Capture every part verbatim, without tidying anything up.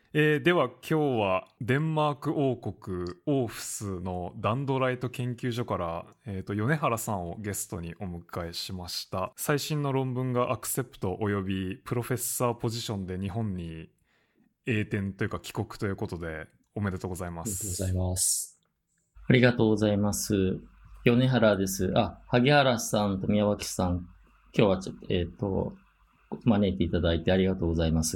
えーでは今日はデンマーク王国オーフスのダンドライト研究所から、えーと米原さんをゲストにお迎えしました。最新の論文がアクセプトおよびプロフェッサーポジションで日本に栄転というか帰国ということでおめでとうございまありがとうございす。 ます。 ありがとうございます。米原です。あ、萩原さんと宮脇さん、今日はちょっと、えっ、と、招いていただいてありがとうございます。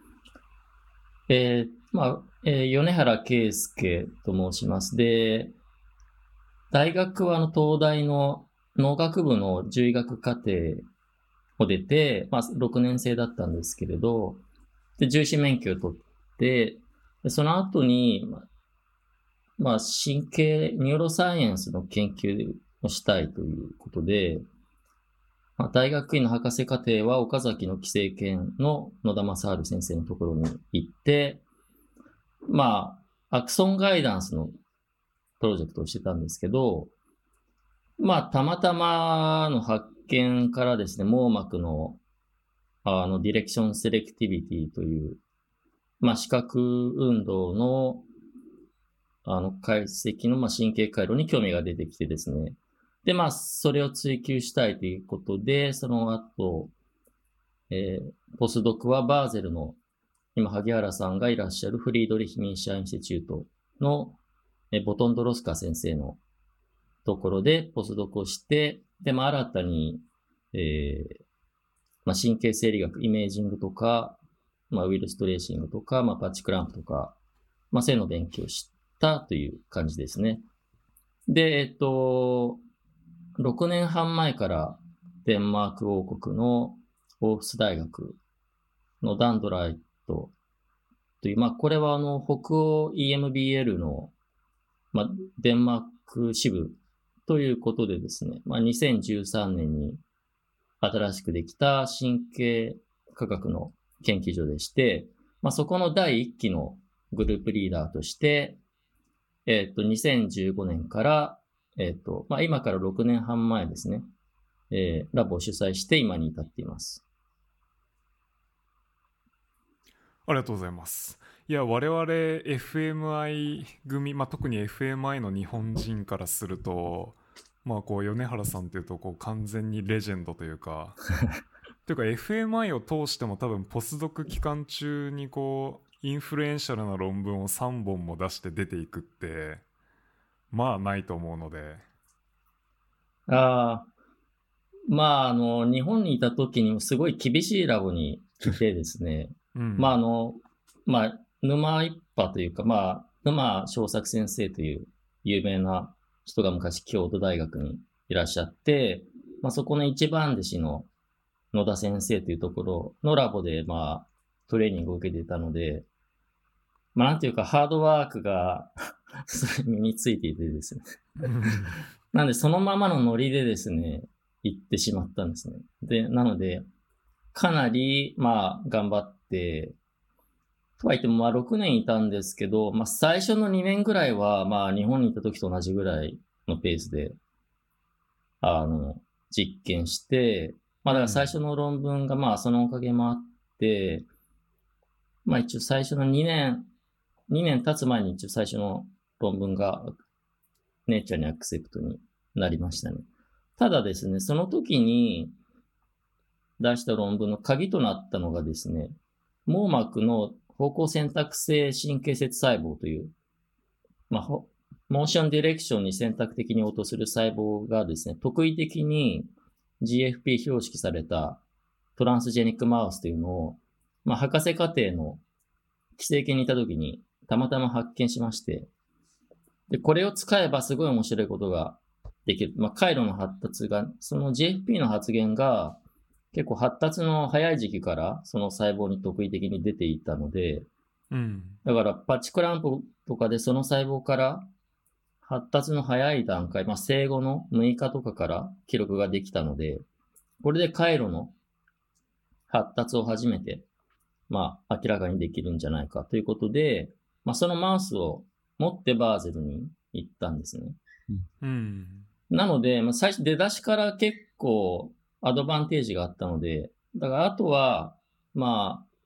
えー、まあ、えー米原圭介と申します。で、大学はあの東大の農学部の獣医学課程を出て、まあ、ろくねん生だったんですけれど、で、獣医師免許を取って、でその後に、まあまあ、神経、ニューロサイエンスの研究をしたいということで、まあ、大学院の博士課程は岡崎の寄生犬の野田正治先生のところに行って、まあ、アクソンガイダンスのプロジェクトをしてたんですけど、まあ、たまたまの発見からですね、網膜の、あの、ディレクションセレクティビティという、まあ、視覚運動のあの、解析の、まあ、神経回路に興味が出てきてですね。で、まあ、それを追求したいということで、その後、えー、ポスドクはバーゼルの、今、萩原さんがいらっしゃるフリードリヒ・ミンシャーインスティチュートの、えー、ボトンドロスカ先生のところでポスドクをして、で、まあ、新たに、えー、まあ、神経生理学、イメージングとか、まあ、ウイルストレーシングとか、まあ、パッチクランプとか、まあ、そういうのを勉強したという感じですね。で、えっと、ろくねんはん前からデンマーク王国のオーフス大学のダンドライトという、まあ、これはあの、北欧 イーエムビーエル の、まあ、デンマーク支部ということでですね、まあ、にせんじゅうさんねんに新しくできた神経科学の研究所でして、まあ、そこのだいいっきのグループリーダーとして、えっと、にせんじゅうごねんから、えっと、まあ、今からろくねんはん前ですね、えー、ラボを主催して今に至っています。 ありがとうございます。いや、我々 エフエムアイ 組、まあ、特に エフエムアイ の日本人からすると、まあ、こう米原さんっていうとこう完全にレジェンドというかというか エフエムアイ を通しても多分ポスドク期間中にこうインフルエンシャルな論文をさんぼんも出して出ていくってまあないと思うので。 ああ、まあ、あの、日本にいた時にもすごい厳しいラボにいてですね、 うん、 まあ、あの、まあ、沼一派というか、まあ、沼正作先生という有名な人が昔京都大学にいらっしゃって、まあ、そこの一番弟子の野田先生というところのラボで、まあ、トレーニングを受けていたので、まあ、なんていうか、ハードワークが身についていてですね。なんで、そのままのノリでですね、行ってしまったんですね。で、なので、かなり、まあ、頑張って、とは言っても、まあ、ろくねんいたんですけど、まあ、最初のにねんぐらいは、まあ、日本にいた時と同じぐらいのペースで、あの、実験して、まあ、だから最初の論文が、まあ、そのおかげもあって、まあ、一応最初のにねん、にねん経つ前に一応最初の論文が、ネイチャーにアクセプトになりましたね。ただですね、その時に出した論文の鍵となったのがですね、網膜の方向選択性神経節細胞という、まあ、モーションディレクションに選択的に応答する細胞がですね、特異的に ジーエフピー 標識されたトランスジェニックマウスというのを、まあ、博士課程の寄生犬にいた時にたまたま発見しまして、で、これを使えばすごい面白いことができる。まあ、回路の発達が、その ジーエフピー の発現が結構発達の早い時期からその細胞に特異的に出ていたので、 うん、 だからパッチクランプとかでその細胞から発達の早い段階、まあ、生後のむいかとかから記録ができたので、これで回路の発達を初めて、まあ、明らかにできるんじゃないかということで、まあ、そのマウスを持ってバーゼルに行ったんですね。 うん、 なので、まあ、最初出だしから結構アドバンテージがあったので、だからあとは、まあ、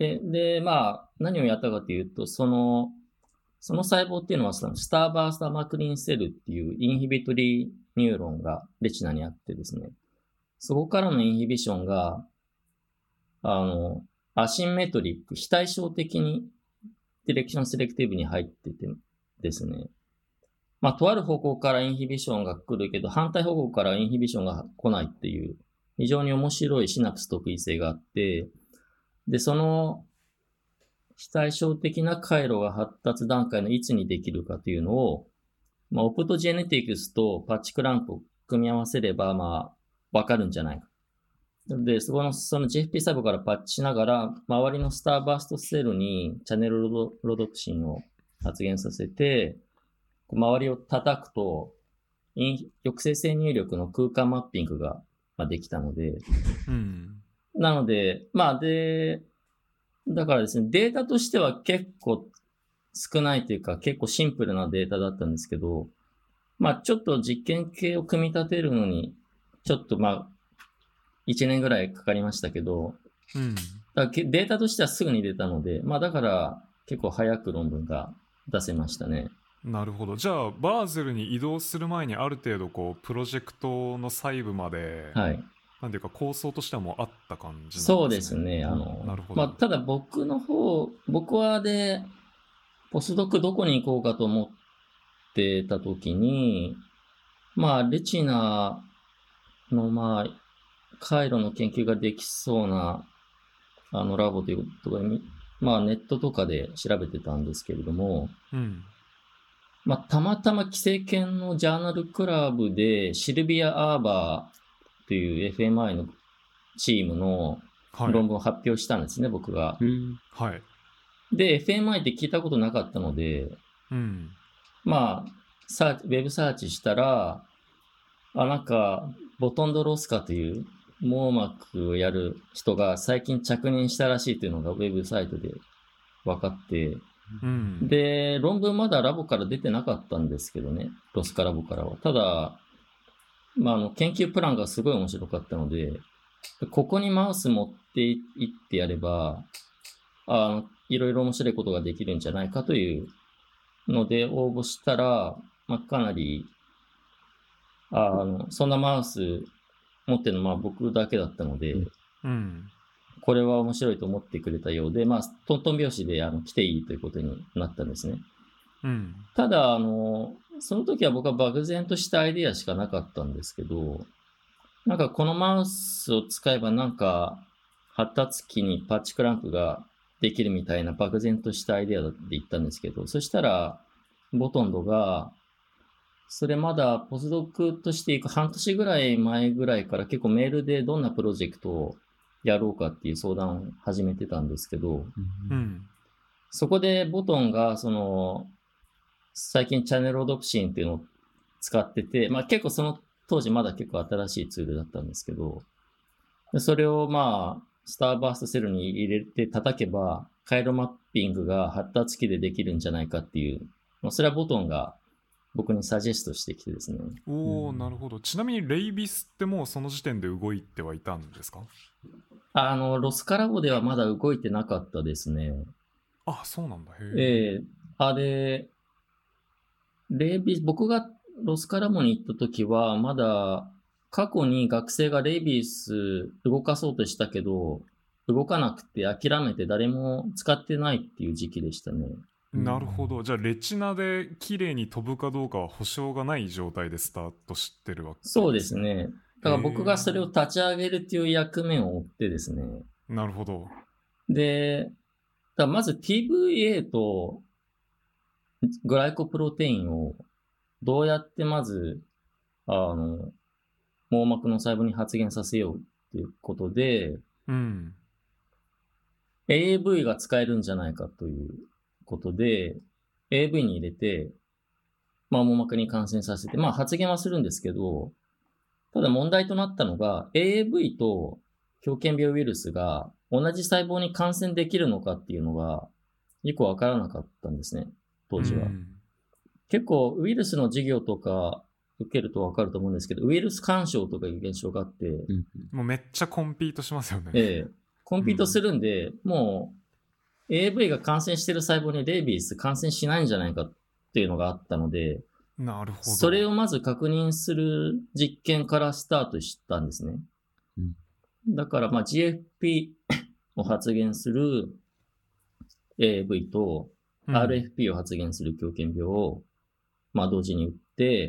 で、で、まあ、何をやったかというと、その、その細胞っていうのは、そのスターバーストアマクリンセルっていうインヒビトリーニューロンがレチナにあってですね、そこからのインヒビションが、あの、アシンメトリック、非対称的にディレクションセレクティブに入っててですね、まあ、とある方向からインヒビションが来るけど、反対方向からインヒビションが来ないっていう、非常に面白いシナプス特異性があって、で、その非対称的な回路が発達段階のいつにできるかというのを、まあ、オプトジェネティクスとパッチクランプを組み合わせれば、まあ、わかるんじゃないか。で、そこの、その ジーエフピー 細胞からパッチしながら、周りのスターバーストセルにチャネルロドロドプシンを発現させて、周りを叩くと、抑制性入力の空間マッピングができたので、 うん、 なので、まあで、だからですね、データとしては結構少ないというか、結構シンプルなデータだったんですけど、まあちょっと実験系を組み立てるのに、ちょっとまあ、いちねんぐらいかかりましたけど、 うん、 だからデータとしてはすぐに出たので、まあだから結構早く論文が出せましたね。 なるほど。じゃあバーゼルに移動する前にある程度こうプロジェクトの細部まで、 はい。 なんていうか構想としてはもうあった感じなんですね。 そうですね。あの、 なるほど。 まあただ僕の方、僕はで、ポスドクどこに行こうかと思ってた時に、まあレチナのまあ、回路の研究ができそうな、あの、ラボということで、まあ、ネットとかで調べてたんですけれども、 うん、 まあ、たまたま規制研のジャーナルクラブで、シルビア・アーバーという エフエムアイ のチームの論文を発表したんですね、はい、僕が。 はい。 で、エフエムアイ って聞いたことなかったので、 うん、 まあ、サーチ、ウェブサーチしたら、あ、なんか、ボトンドロスカという網膜をやる人が最近着任したらしいというのがウェブサイトで分かって、 うん、 で、論文まだラボから出てなかったんですけどね、ロスカラボからは。ただ、まあ、あの、研究プランがすごい面白かったので、ここにマウス持っていってやれば、あの、いろいろ面白いことができるんじゃないかというので応募したら、まあ、かなり、あの、そんなマウス持ってるのはまあ僕だけだったので、 うん、 これは面白いと思ってくれたようで、まあ、トントン拍子であの来ていいということになったんですね。 うん、 ただ、あの、その時は僕は漠然としたアイデアしかなかったんですけど、なんかこのマウスを使えばなんか発達器にパッチクランプができるみたいな漠然としたアイデアだって言ったんですけど、そしたらボトンドが、それまだポスドクとしていく半年ぐらい前ぐらいから結構メールでどんなプロジェクトをやろうかっていう相談を始めてたんですけど、 うん、 そこでボトンがその最近チャンネルオドプシンっていうのを使ってて、まあ結構その当時まだ結構新しいツールだったんですけど、それをまあスターバーストセルに入れて叩けば回路マッピングが発達器でできるんじゃないかっていう、それはボトンが僕にサジェストしてきてですね。 おお、なるほど。ちなみにレイビスってもうその時点で動いてはいたんですか？ あの、ロスカラボではまだ動いてなかったですね。 あ、そうなんだ。へえ。 ええあれ、レイビス、僕がロスカラボに行った時は、まだ過去に学生がレイビス動かそうとしたけど、動かなくて諦めて誰も使ってないっていう時期でしたね。 なるほど。じゃあレチナで綺麗に飛ぶかどうかは保証がない状態でスタートしてるわけですね。 そうですね。だから僕がそれを立ち上げるっていう役目を負ってですね。 なるほど。 で、だまず ティーブイエー とグライコプロテインをどうやってまず、あの、網膜の細胞に発現させようっていうことで、 うん。 エーエーブイ が使えるんじゃないかということで、エーエーブイ に入れて、まあ網膜に感染させて、まあ発現はするんですけど、ただ問題となったのが、エーエーブイ と狂犬病ウイルスが同じ細胞に感染できるのかっていうのが、よくわからなかったんですね、当時は。うん、結構ウイルスの授業とか受けるとわかると思うんですけど、ウイルス干渉とかいう現象があって、 もうめっちゃコンピートしますよね。 ええ、コンピートするんで、うん、もエーブイ が感染している細胞にレイビース感染しないんじゃないかっていうのがあったので、 なるほど。 それをまず確認する実験からスタートしたんですね。 うん、 だから、まあ、ジーエフピー を発現する エーブイ とうんアールエフピー を発現する狂犬病を、まあ、同時に打って、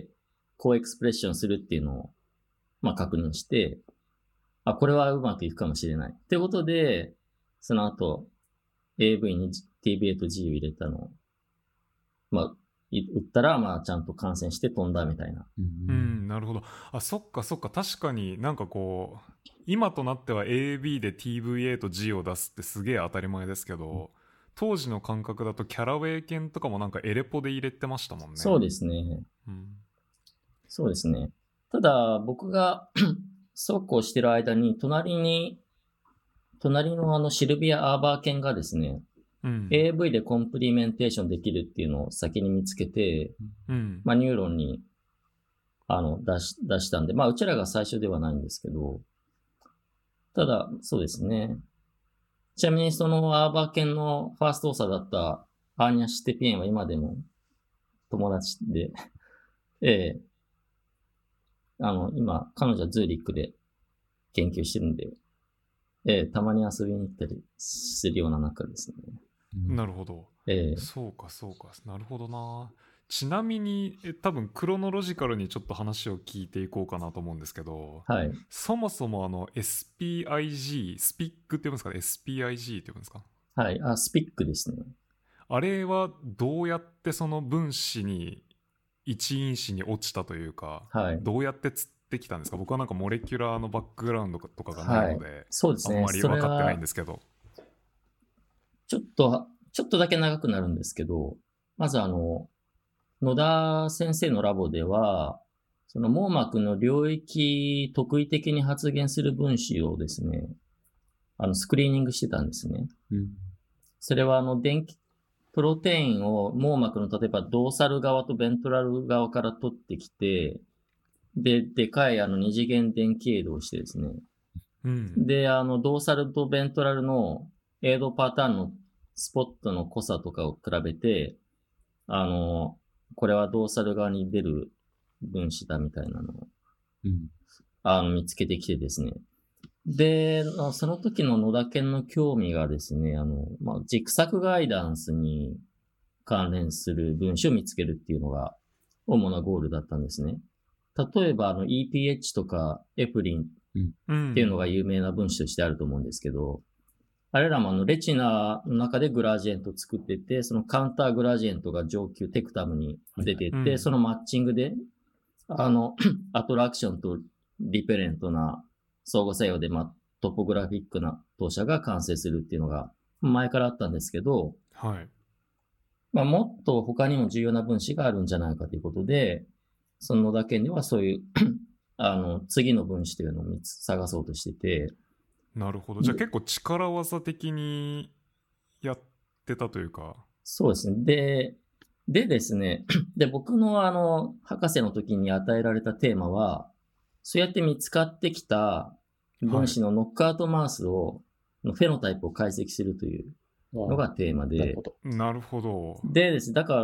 高エクスプレッションするっていうのを、まあ、確認して、あ、これはうまくいくかもしれない。ってことで、その後、エーブイ に ティービーエー と G を入れたのを、まあ、打ったら、まあ、ちゃんと感染して飛んだみたいな。 うん、なるほど。あ、そっかそっか。確かになんかこう、今となっては エービー で ティーブイエー と G を出すってすげえ当たり前ですけど、うん、当時の感覚だとキャラウェイ犬とかもなんかエレポで入れてましたもんね。 そうですね。 うん、 そうですね。ただ、僕がそうこうしてる間に、隣に、隣のあのシルビア・アーバー犬がですね、うん、エーブイ でコンプリメンテーションできるっていうのを先に見つけて、うん、まあ、ニューロンにあの出し、出したんで、まあ、うちらが最初ではないんですけど、ただ、そうですね。ちなみにそのアーバー犬のファーストオーサーだったアーニャ・シテピエンは今でも友達で、ええ、あの、今、彼女はズーリックで研究してるんで、ええ、たまに遊びに行ったりするような中ですね。 なるほど、ええ、そうかそうか、なるほどな。ちなみにえ多分クロノロジカルにちょっと話を聞いていこうかなと思うんですけど、 はい、 そもそもあの エスピーアイジー スピックって呼ぶんですかね。 エスピーアイジー って呼ぶんですか。 はい、あ、スピックですね。 あれはどうやってその分子に一因子に落ちたというか、はい、どうやって釣ってきたんですか。僕はなんかモレキュラーのバックグラウンドとかがないので、はい、 そうですね、 あんまり分かってないんですけど、 ちょっとちょっとだけ長くなるんですけど、まずあの野田先生のラボでは、その網膜の領域特異的に発現する分子をですね、あのスクリーニングしてたんですね。うん、それはあの電気プロテインを網膜の例えばドーサル側とベントラル側から取ってきて、で、でかいあの二次元電気エイドをしてですね。うん、で、あのドーサルとベントラルのエイドパターンのスポットの濃さとかを比べて、あの、これはドーサル側に出る分子だみたいなのを、うん、あの見つけてきてですね。で、その時の野田犬の興味がですね、あの、まあ、軸索ガイダンスに関連する分子を見つけるっていうのが主なゴールだったんですね。例えば、あの、イーピーエイチ とかエプリンっていうのが有名な分子としてあると思うんですけど、うん、あれらもあの、レチナの中でグラジエントを作ってて、そのカウンターグラジエントが上級テクタムに出ていって、はい、うん、そのマッチングで、あの、アトラクションとリペレントな相互作用で、まあ、トポグラフィックな投射が完成するっていうのが前からあったんですけど、 はい。 まあ、もっと他にも重要な分子があるんじゃないかということで、その野田研ではそういうあの次の分子というのを探そうとしてて。 なるほど。じゃあ結構力技的にやってたというか。 そうですね。で、でですね、で僕のあの博士の時に与えられたテーマは、そうやって見つかってきた分子のノックアウトマウスを、のフェノタイプを解析するというのがテーマで。 なるほど。なるほど。 でですね、だから、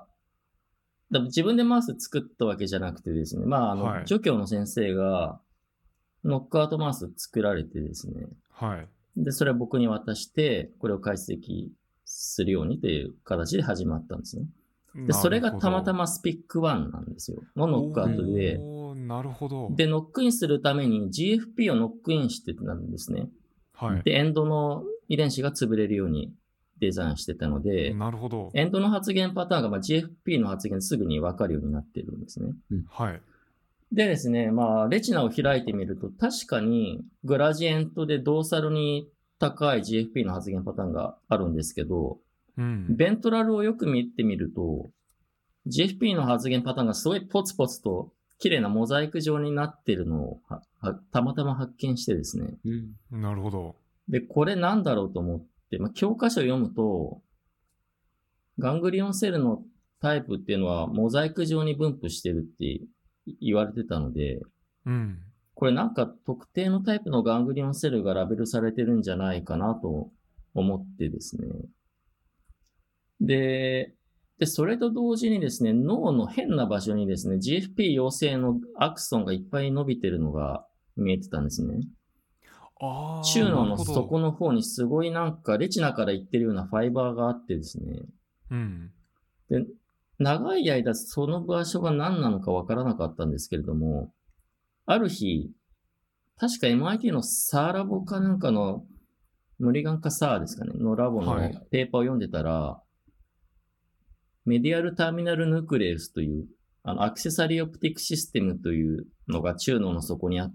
だ自分でマウス作ったわけじゃなくてですね、まあ、あの、はい、助教の先生がノックアウトマウス作られてですね。 はい。 で、それを僕に渡して、これを解析するようにという形で始まったんですね。で、それがたまたまスピックワンなんですよ。のノックアウトで。 なるほど。 で、ノックインするために ジーエフピー をノックインしてたんですね。 はい。 で、エンドの遺伝子が潰れるようにデザインしてたので、 なるほど。 エンドの発現パターンがまあ ジーエフピー の発現すぐに分かるようになってるんですね。 うん、はい。 でですね、まあ、レチナを開いてみると、確かにグラジエントでドーサルに高い ジーエフピー の発現パターンがあるんですけど、うん、ベントラルをよく見てみると、ジーエフピー の発現パターンがすごいポツポツと綺麗なモザイク状になってるのをたまたま発見してですね。 うん、なるほど。 で、これなんだろうと思って、まあ、教科書を読むと、ガングリオンセルのタイプっていうのはモザイク状に分布してるって言われてたので、 うん、 これなんか特定のタイプのガングリオンセルがラベルされてるんじゃないかなと思ってですね。 で、で、それと同時にですね、脳の変な場所にですね、ジーエフピー 陽性のアクソンがいっぱい伸びてるのが見えてたんですね。 ああ、 中脳のなるほど。 底の方にすごいなんかレチナから行ってるようなファイバーがあってですね。 うん。 で、長い間その場所が何なのかわからなかったんですけれども、ある日、確か エムアイティー のサーラボかなんかの、ムリガンかサーですかね、のラボのはいペーパーを読んでたら、メディアルターミナルヌクレウスという、あの、アクセサリーオプティックシステムというのが中脳の底にあって、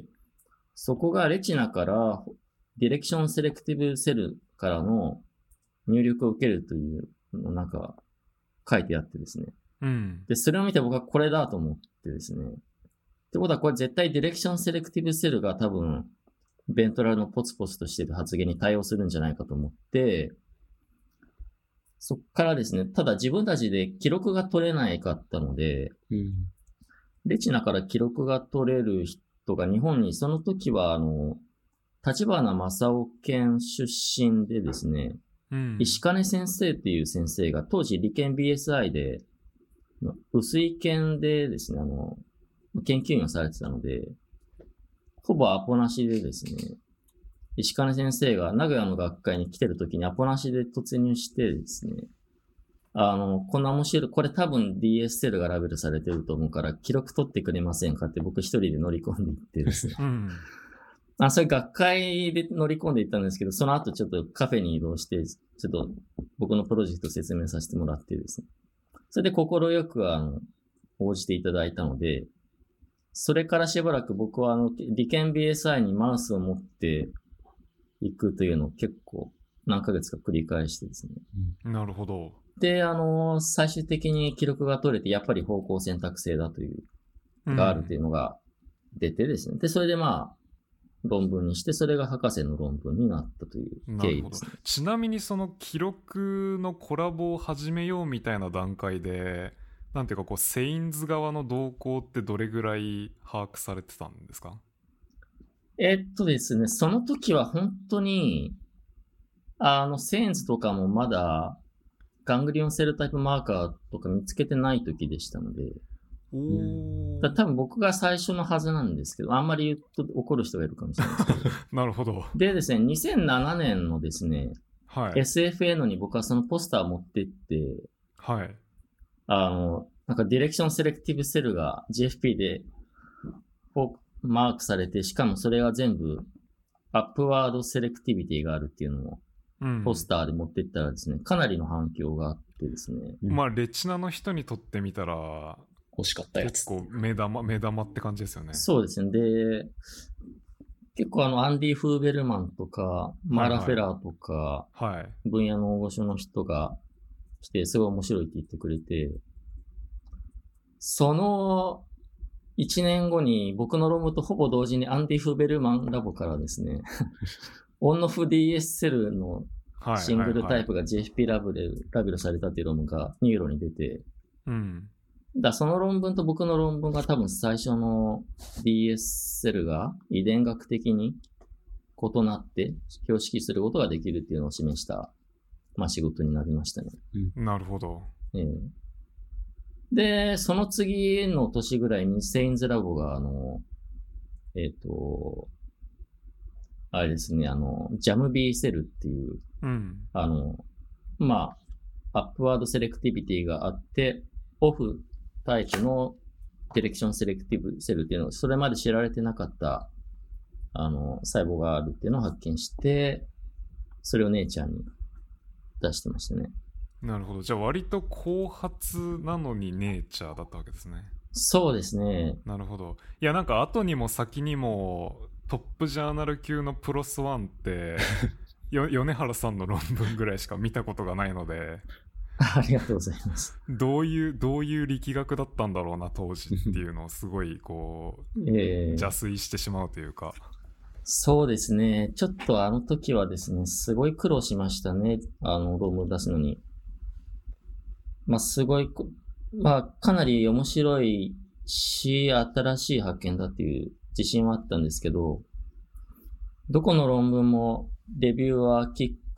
そこがレチナからディレクションセレクティブセルからの入力を受けるというのをなんか書いてあってですね。 うん。 で、それを見て僕はこれだと思ってですね。ってことはこれ絶対ディレクションセレクティブセルが多分ベントラルのポツポツとしている発言に対応するんじゃないかと思って、そっからですね、ただ自分たちで記録が取れないかったので、 うん。 レチナから記録が取れる人が日本に、その時はあの、立花正夫県出身でですね、 うん。 石金先生っていう先生が当時理研 ビーエスアイ で、薄い研でですね、あの、研究員をされてたので、ほぼアポなしでですね、石金先生が名古屋の学会に来てる時にアポなしで突入してですね、あの、こんな面白い、これ多分 ディーエスエル がラベルされてると思うから記録取ってくれませんかって僕一人で乗り込んでいってですね。 うん。 あ、それ学会で乗り込んでいったんですけど、その後ちょっとカフェに移動して、ちょっと僕のプロジェクト説明させてもらってですね。それで心よくあの、応じていただいたので、それからしばらく僕はあの、理研 ビーエスアイ にマウスを持っていくというのを結構何ヶ月か繰り返してですね。 なるほど。 で、あの、最終的に記録が取れて、やっぱり方向選択性だという、があるというのが出てですね。で、それでまあ、論文にして、それが博士の論文になったという経緯ですね。 ちなみにその記録のコラボを始めようみたいな段階で、なんていうかこう、セインズ側の動向ってどれぐらい把握されてたんですか？ えっとですね、その時は本当に、あの、セインズとかもまだ、ガングリオンセルタイプマーカーとか見つけてない時でしたので、 おー。 だ多分僕が最初のはずなんですけど、あんまり言うと怒る人がいるかもしれないですけど。 なるほど。 でですね、にせんななねんのですね、 はい。 エスエフエヌ に僕はそのポスターを持ってって、 はい。 あの、なんかディレクションセレクティブセルが ジーエフピー でこうマークされて、しかもそれが全部アップワードセレクティビティがあるっていうのをうん。 ポスターで持ってったらですね、かなりの反響があってですね。 まあ、レチナの人にとってみたら、 欲しかったやつ。 結構目玉、目玉って感じですよね。 そうですね。で、結構あの、アンディ・フーベルマンとか、マーラ・フェラーとか、 はい。 分野の大御所の人が来て、すごい面白いって言ってくれて、そのいちねんごに僕の論文とほぼ同時にアンディ・フーベルマンラボからですね、オンオフ ディーエス セルのはい。 シングルタイプが。 が ジーエフピー ラベル、ラベルされたっていう論文がニューロに出て、 うん。 だその論文と僕の論文が多分最初の ディーエス セルが遺伝学的に異なって標識することができるっていうのを示した、まあ、仕事になりましたね。 なるほど。 ええで、その次の年ぐらいにセインズラボが、あの、えっ、と、あれですね、あの、ジャム B セルっていう、 うん。 あの、まあ、アップワードセレクティビティがあって、オフタイプのディレクションセレクティブセルっていうのを、それまで知られてなかった、あの、細胞があるっていうのを発見して、それをネイチャーに出してましたね。 なるほど。じゃあ割と後発なのにネイチャーだったわけですね。 そうですね。 なるほど。いやなんか後にも先にもトップジャーナル級のプロスワンってよ米原さんの論文ぐらいしか見たことがないので、 ありがとうございます。 どういうどういう力学だったんだろうな当時っていうのをすごいこう、 えー、 邪推してしまうというか。 そうですね。ちょっとあの時はですね、すごい苦労しましたね。あの論文出すのに。まあ、すごい、まあ、かなり面白いし、新しい発見だっていう自信はあったんですけど、どこの論文もレビューはキッ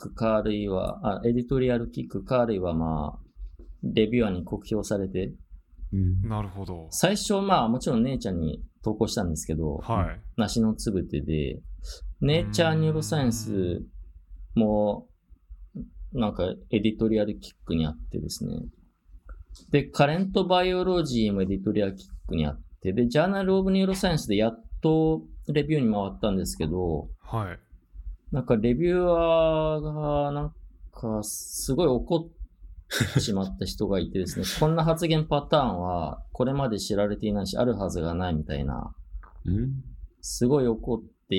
クかあるいは、あ、エディトリアルキックかあるいはまあ、レビュアーに酷評されて、 うん。 なるほど。 最初まあもちろん姉ちゃんに投稿したんですけど、 はい。 梨のつぶてで、ネイチャーニューロサイエンスもなんかエディトリアルキックにあってですね。で、カレントバイオロジーもエディトリアルキックにあって、で、ジャーナルオブニューロサイエンスでやっとレビューに回ったんですけど、 はい。 なんかレビュアーがなんかすごい怒ってしまった人がいてですね、こんな発言パターンはこれまで知られていないしあるはずがないみたいな、 うん。 すごい怒って、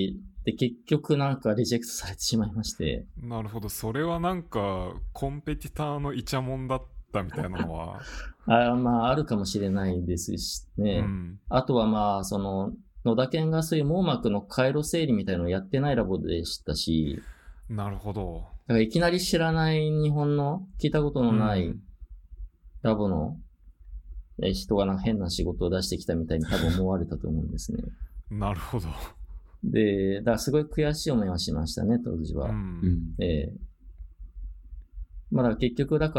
で、結局なんかリジェクトされてしまいまして、 なるほど。それはなんか、コンペティターのイチャモンだったみたいなのは。 あまあ、あるかもしれないですしね。 うん。 あとはまあ、その、野田健がそういう網膜の回路整理みたいなのをやってないラボでしたし、 なるほど。 だからいきなり知らない日本の聞いたことのないうんラボのえ人がなんか変な仕事を出してきたみたいに多分思われたと思うんですね。 なるほど。 で、だからすごい悔しい思いはしましたね、当時は。 うん。 うん。 ええまあだから結局だから、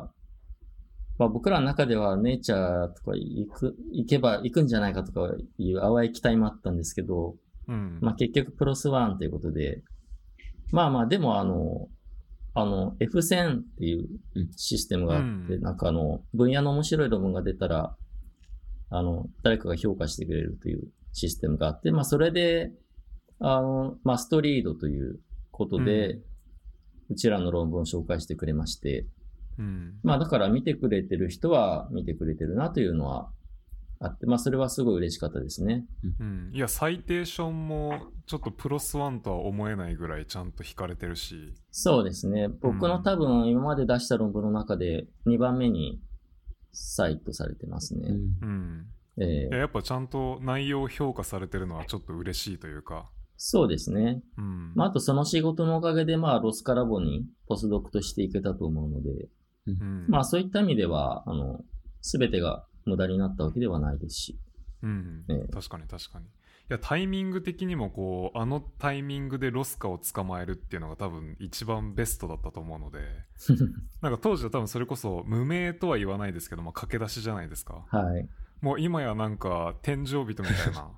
まあ僕らの中ではネイチャーとか行く、行けば行くんじゃないかとかいう淡い期待もあったんですけど、 うん。 まあ結局プロスワンということで、まあまあでもあの、あの エフセン っていうシステムがあって、 うんなんかあの、分野の面白い論文が出たら、あの、誰かが評価してくれるというシステムがあって、まあそれで、あの、マストリードということで、 うんうちらの論文を紹介してくれまして、 うん。 まあだから見てくれてる人は見てくれてるなというのはあって、まあそれはすごい嬉しかったですね。 うん。いや、サイテーションもちょっとプロスワンとは思えないぐらいちゃんと引かれてるし。 そうですね。僕の多分今まで出した論文の中でにばんめにサイトされてますね。 うん。 えーいや、やっぱちゃんと内容評価されてるのはちょっと嬉しいというか。 そうですね。 うん。 まああとその仕事のおかげでまあロスカラボにポスドクとしていけたと思うので、 うん。 まあそういった意味では、あの、すべてが無駄になったわけではないですし。 うん、 ええ確かに確かに。いや、タイミング的にもこう、あのタイミングでロスカを捕まえるっていうのが多分一番ベストだったと思うので、なんか当時は多分それこそ無名とは言わないですけども、駆け出しじゃないですか。 はい。 もう今やなんか天井人みたいな、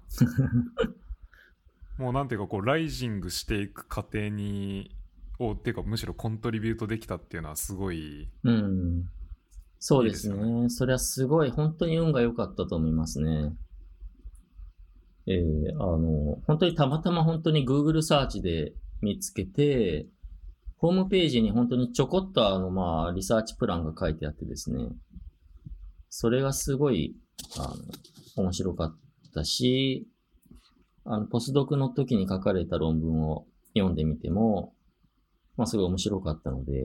もうなんていうかこう、ライジングしていく過程に、を、っていうかむしろコントリビュートできたっていうのはすごい、 うん。そうですね。 いいですよそれはすごい、本当に運が良かったと思いますね。えー、あの、本当にたまたま本当に Google サーチで見つけて、ホームページに本当にちょこっとあの、まあ、リサーチプランが書いてあってですね。それがすごい、あの、面白かったし、あの、ポスドクの時に書かれた論文を読んでみても、まあ、すごい面白かったので、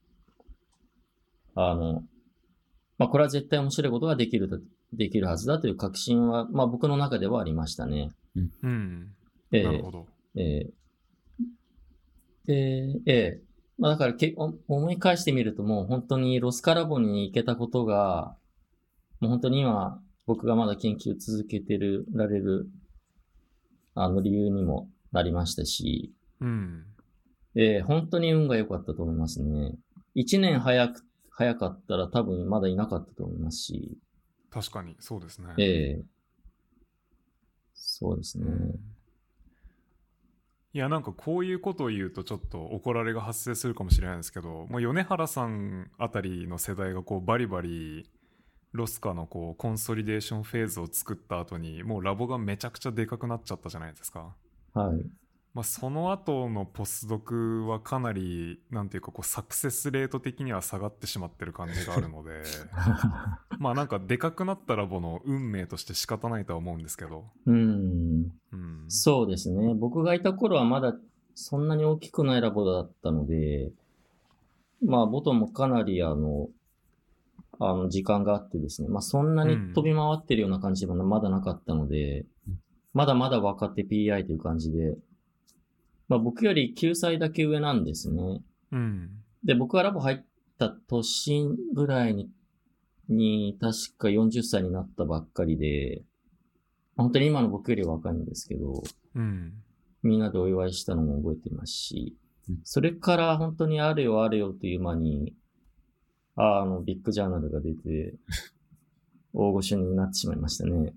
あの、まあ、これは絶対面白いことができると、できるはずだという確信は、まあ、僕の中ではありましたね。 うん。 ええなるほど。 ええで、ええまあ、だからけお思い返してみるともう本当にロスカラボに行けたことが、もう本当に今僕がまだ研究続けてる、られる、あの理由にもなりましたし、 うん。 ええ本当に運が良かったと思いますね。一年早く、早かったら多分まだいなかったと思いますし、 確かにそうですね。 ええそうですね。 うんいや、なんかこういうことを言うとちょっと怒られが発生するかもしれないんですけど、もう米原さんあたりの世代がこうバリバリロスカのこうコンソリデーションフェーズを作った後にもうラボがめちゃくちゃでかくなっちゃったじゃないですか。 はい。 まあ、その後のポスドクはかなりなんていうかこうサクセスレート的には下がってしまってる感じがあるのでまあなんかでかくなったラボの運命として仕方ないとは思うんですけど、 うん。 うん、 そうですね。僕がいた頃はまだそんなに大きくないラボだったので、まあ、ボトもかなりあの、あの、時間があってですね。まあ、そんなに飛び回ってるような感じもまだなかったので、 うんまだまだ若手 ピーアイ という感じで、まあ、僕よりきゅうさいだけ上なんですね。 うん、 で、僕がラボ入った年ぐらいに、に確かよんじゅっさいになったばっかりで、本当に今の僕より若いんですけど、 うん、 みんなでお祝いしたのも覚えてますし、 それから本当にあれよあれよという間に、あの、ビッグジャーナルが出て、大御所になってしまいましたね。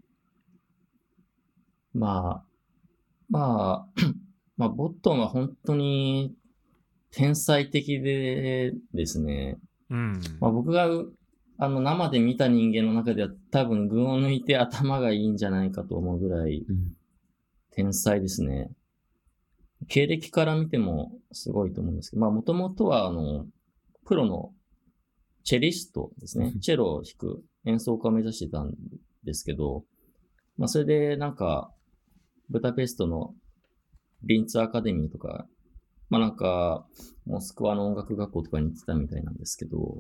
まあ、まあ、まあ、ボットンは本当に天才的でですね、 うん。 まあ、僕があの生で見た人間の中では多分群を抜いて頭がいいんじゃないかと思うぐらい天才ですね。経歴から見てもすごいと思うんですけど、まあもともとはあの、プロのチェリストですね。チェロを弾く演奏家を目指してたんですけど、まあそれでなんか、ブダペストのリンツアカデミーとか、まあなんか、モスクワの音楽学校とかに行ってたみたいなんですけど、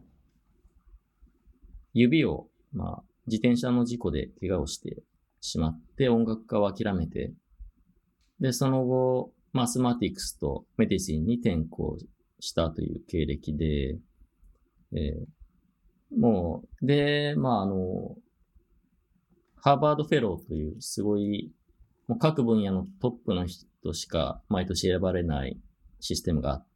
指を、まあ、自転車の事故で怪我をしてしまって音楽家を諦めて、で、その後、マスマティクスとメディシンに転校したという経歴で、えー、もう、で、まあ、あの、ハーバードフェローというすごい、もう各分野のトップの人しか毎年選ばれないシステムがあって、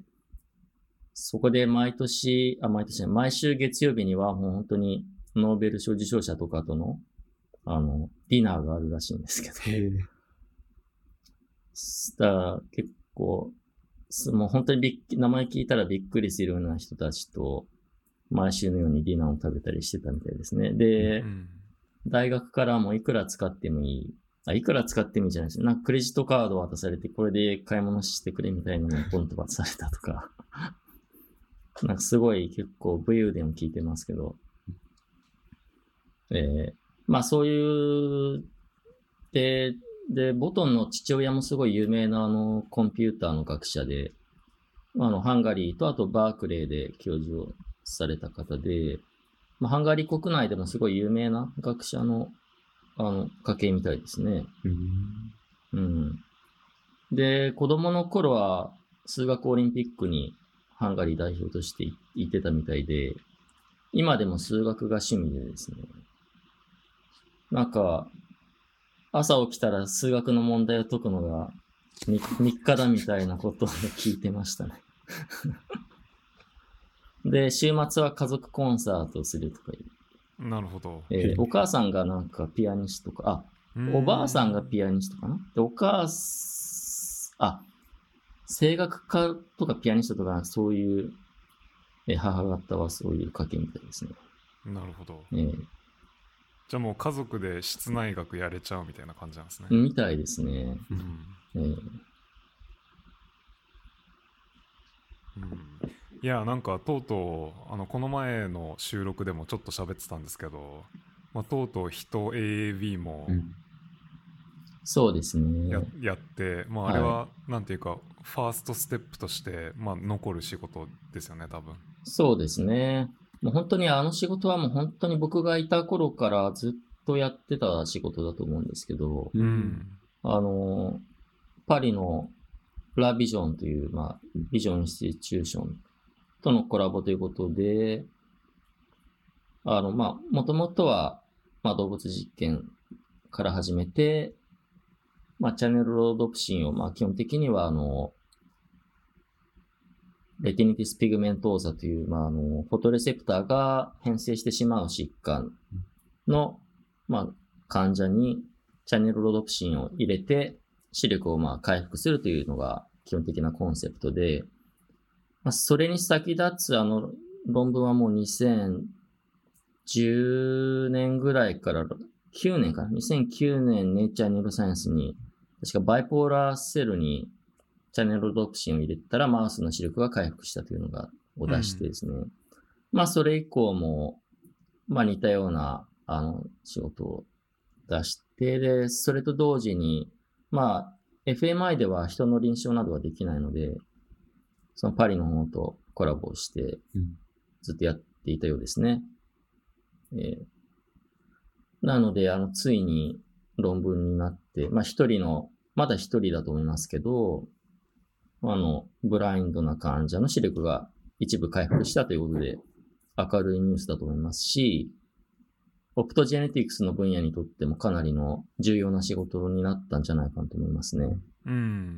そこで毎年、あ、毎年、毎週月曜日にはもう本当にノーベル賞受賞者とかとの、あの、ディナーがあるらしいんですけど。だから結構、もう本当にびっ名前聞いたらびっくりするような人たちと、毎週のようにディナーを食べたりしてたみたいですね。で、うん、大学からもいくら使ってもいい。あ、いくら使ってもいいじゃないですか。なんかクレジットカードを渡されて、これで買い物してくれみたいなのをポンと渡されたとか。なんかすごい結構武勇伝を聞いてますけど。えー、まあそういう、で、で、ボトンの父親もすごい有名なあのコンピューターの学者で、あのハンガリーとあとバークレーで教授をされた方で、まあ、ハンガリー国内でもすごい有名な学者のあの家系みたいですね。うん、うん。で、子供の頃は数学オリンピックにハンガリー代表として行ってたみたいで、今でも数学が趣味でですね、なんか、朝起きたら数学の問題を解くのが日課だみたいなことを聞いてましたね。で、週末は家族コンサートをするとかいう。 なるほど。 えー、お母さんがなんかピアニストか、あ、おばあさんがピアニストかなで、お母す、あ、声楽家とかピアニストとかそういう、えー、母方はそういう家系みたいですね。 なるほど。 えー、 じゃあもう家族で室内楽やれちゃうみたいな感じなんですね。 みたいですね。 うんえーうん、いやなんかとうとうあのこの前の収録でもちょっと喋ってたんですけど、まあ、とうとう人 エーエービー も、うん、 そうですねや, やって、まあ、あれはなんていうか、はい、ファーストステップとして、まあ、残る仕事ですよね多分。 そうですね。もう本当にあの仕事はもう本当に僕がいた頃からずっとやってた仕事だと思うんですけど、 うん、 あのパリのラビジョンという、まあ、ビジョンインスティチューションとのコラボということで、あの、まあ、もともとは、まあ、動物実験から始めて、まあ、チャネルロードプシンを、まあ、基本的には、あの、レティニティスピグメントーザという、まあ、あの、フォトレセプターが変性してしまう疾患の、まあ、患者にチャネルロードプシンを入れて、視力をまあ回復するというのが基本的なコンセプトで、まあ、それに先立つあの論文はもうにせんじゅうねんぐらいからきゅうねんかな ?にせんきゅうねんネイチャーニューロサイエンスに、確かバイポーラーセルにチャネルロドプシンを入れたらマウスの視力が回復したというのがを出してですね。うん、まあそれ以降も、まあ似たようなあの仕事を出して、で、それと同時に、まあ、エフエムアイ では人の臨床などはできないので、そのパリの方とコラボして、ずっとやっていたようですね。うん、えー、なので、あの、ついに論文になって、まあ一人の、まだ一人だと思いますけど、あの、ブラインドな患者の視力が一部回復したということで、明るいニュースだと思いますし、オプトジェネティクスの分野にとってもかなりの重要な仕事になったんじゃないかと思いますね。 うん、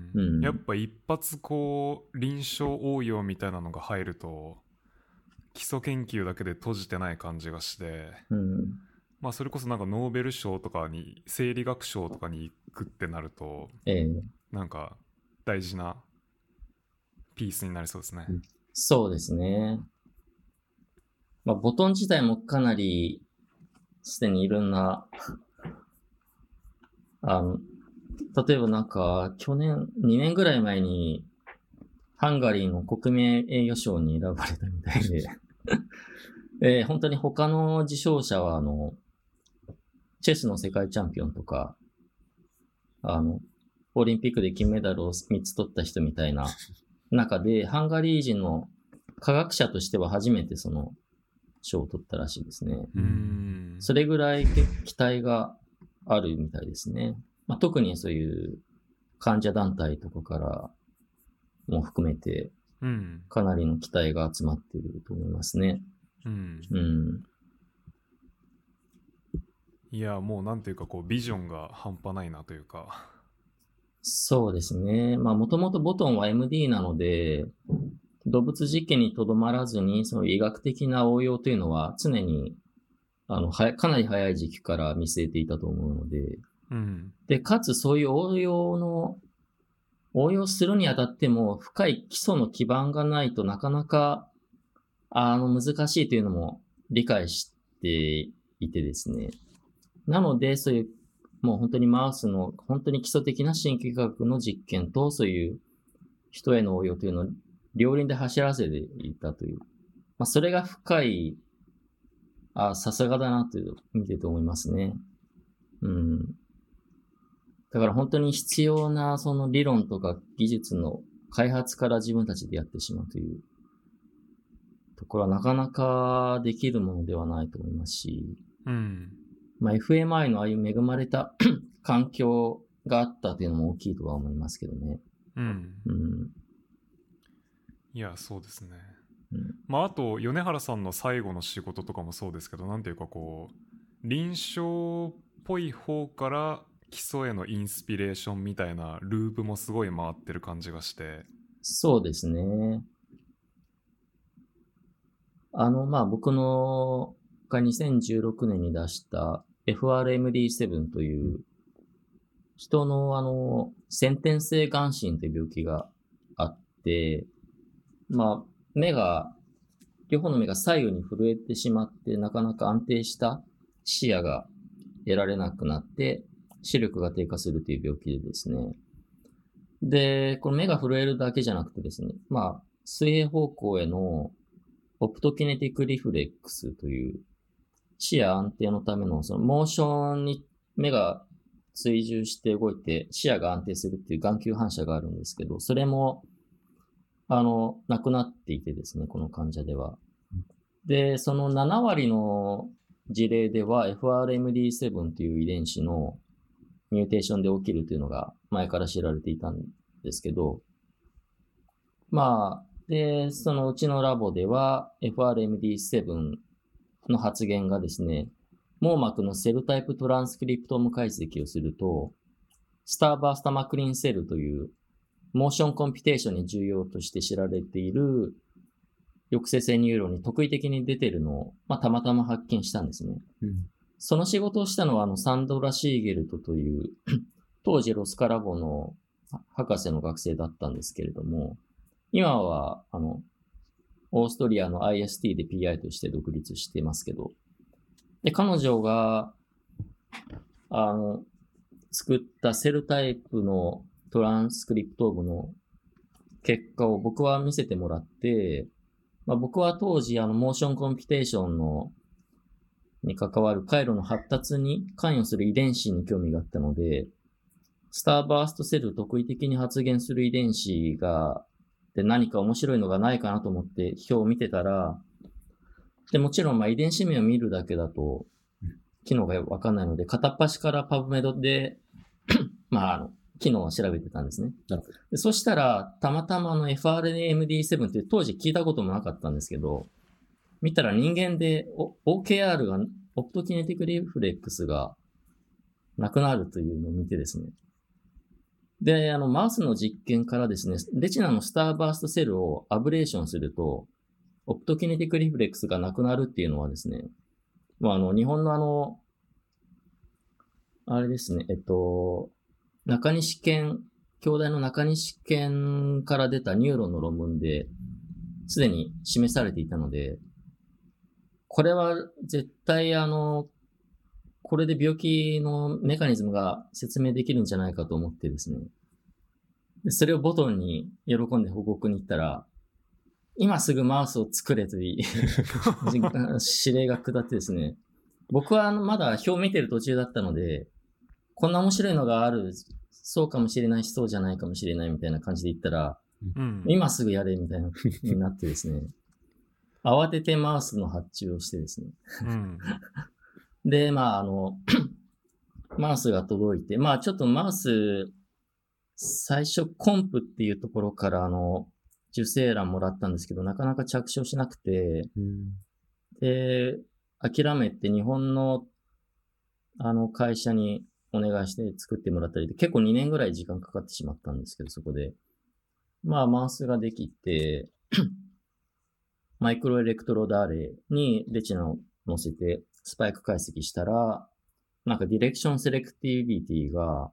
うん、 やっぱ一発こう臨床応用みたいなのが入ると基礎研究だけで閉じてない感じがして、 うん、 まあそれこそなんかノーベル賞とかに生理学賞とかに行くってなるとええ、 なんか大事なピースになりそうですね。 そうですね。まあ、ボトン自体もかなりすでにいろんな、あの、例えばなんか、去年、にねんぐらい前に、ハンガリーの国民栄誉賞に選ばれたみたいで、えー本当に他の受賞者は、あの、チェスの世界チャンピオンとか、あの、オリンピックで金メダルをみっつ取った人みたいな中で、ハンガリー人の科学者としては初めてその賞を取ったらしいですね。 うーんそれぐらい期待があるみたいですね。まあ、特にそういう患者団体とかからも含めて、 うんかなりの期待が集まっていると思いますね。 うんうん。 いやもうなんていうかこうビジョンが半端ないなというか。 そうですね。まあ、もともとボトンは エムディー なので、動物実験にとどまらずに、その医学的な応用というのは常に、あの、はかなり早い時期から見据えていたと思うので、 うんで、かつそういう応用の、応用するにあたっても深い基礎の基盤がないとなかなか、あの、難しいというのも理解していてですね。なので、そういう、もう本当にマウスの本当に基礎的な神経科学の実験と、そういう人への応用というのを両輪で走らせていたという。まあ、それが深い、あ、さすがだなという、見てて思いますね。うん。だから本当に必要なその理論とか技術の開発から自分たちでやってしまうというところはなかなかできるものではないと思いますし、 うんまあ、エフエムアイ のああいう恵まれた環境があったというのも大きいとは思いますけどね。 うんうん。 いやそうですね。 うん、 まああと米原さんの最後の仕事とかもそうですけど、なんていうかこう臨床っぽい方から基礎へのインスピレーションみたいなループもすごい回ってる感じがして。 そうですね。あの、まあ、僕のがにせんじゅうろくねんに出した エフアールエムディーセブン という人のあの、先天性眼神という病気があって、まあ、目が、両方の目が左右に震えてしまって、なかなか安定した視野が得られなくなって、視力が低下するという病気でですね。で、この目が震えるだけじゃなくてですね、まあ、水平方向へのオプトキネティックリフレックスという視野安定のためのそのモーションに目が追従して動いて視野が安定するっていう眼球反射があるんですけど、それも、あの、なくなっていてですね、この患者では。で、そのななわりの事例では エフアールエムディーセブン という遺伝子のミューテーションで起きるというのが前から知られていたんですけど、まあ、で、そのうちのラボでは エフアールエムディーセブン の発現がですね、網膜のセルタイプトランスクリプトーム解析をすると、スターバースタマクリンセルというモーションコンピュテーションに重要として知られている抑制性ニューロンに特異的に出ているのを、まあ、たまたま発見したんですね。うん、その仕事をしたのはあのサンドラ・シーゲルトという当時ロスカラボの博士の学生だったんですけれども、今はあのオーストリアの アイエスティー で ピーアイ として独立していますけど、で、彼女が、あの、作ったセルタイプのトランスクリプトームの結果を僕は見せてもらって、まあ、僕は当時、あの、モーションコンピュテーションの、に関わる回路の発達に関与する遺伝子に興味があったので、スターバーストセルを特異的に発現する遺伝子が、で何か面白いのがないかなと思って表を見てたら、で、もちろん、まあ、遺伝子名を見るだけだと、機能がわかんないので、片っ端からパブメドで、まあ、あの、機能を調べてたんですね。でそしたら、たまたまあの エフアールエムディーセブン って当時聞いたこともなかったんですけど、見たら人間で オーケーアール が、オプトキネティックリフレックスがなくなるというのを見てですね。 で、あの、マウスの実験からですね、レチナのスターバーストセルをアブレーションすると、オプトキネティックリフレックスがなくなるっていうのはですね、まあ、あの、日本のあの、あれですね、えっと、中西健、京大の中西健から出たニューロンの論文で、すでに示されていたので、これは絶対あの、これで病気のメカニズムが説明できるんじゃないかと思ってですね。でそれをボトンに喜んで報告に行ったら、今すぐマウスを作れという指令が下ってですね、僕はあのまだ表を見てる途中だったので、こんな面白いのがある、そうかもしれないし、そうじゃないかもしれないみたいな感じで言ったら、 うん、 今すぐやれみたいなになってですね、慌ててマウスの発注をしてですね。 うん、 で、まあ、あの、マウスが届いて、まあ、ちょっとマウス、最初コンプっていうところからあの、受精卵もらったんですけど、なかなか着床しなくて、 うん、 で、諦めて日本のあの会社にお願いして作ってもらったりで、結構にねんぐらい時間かかってしまったんですけど、そこで。まあ、マウスができて、マイクロエレクトロードアレイにレチナを乗せてスパイク解析したら、なんかディレクションセレクティビティが、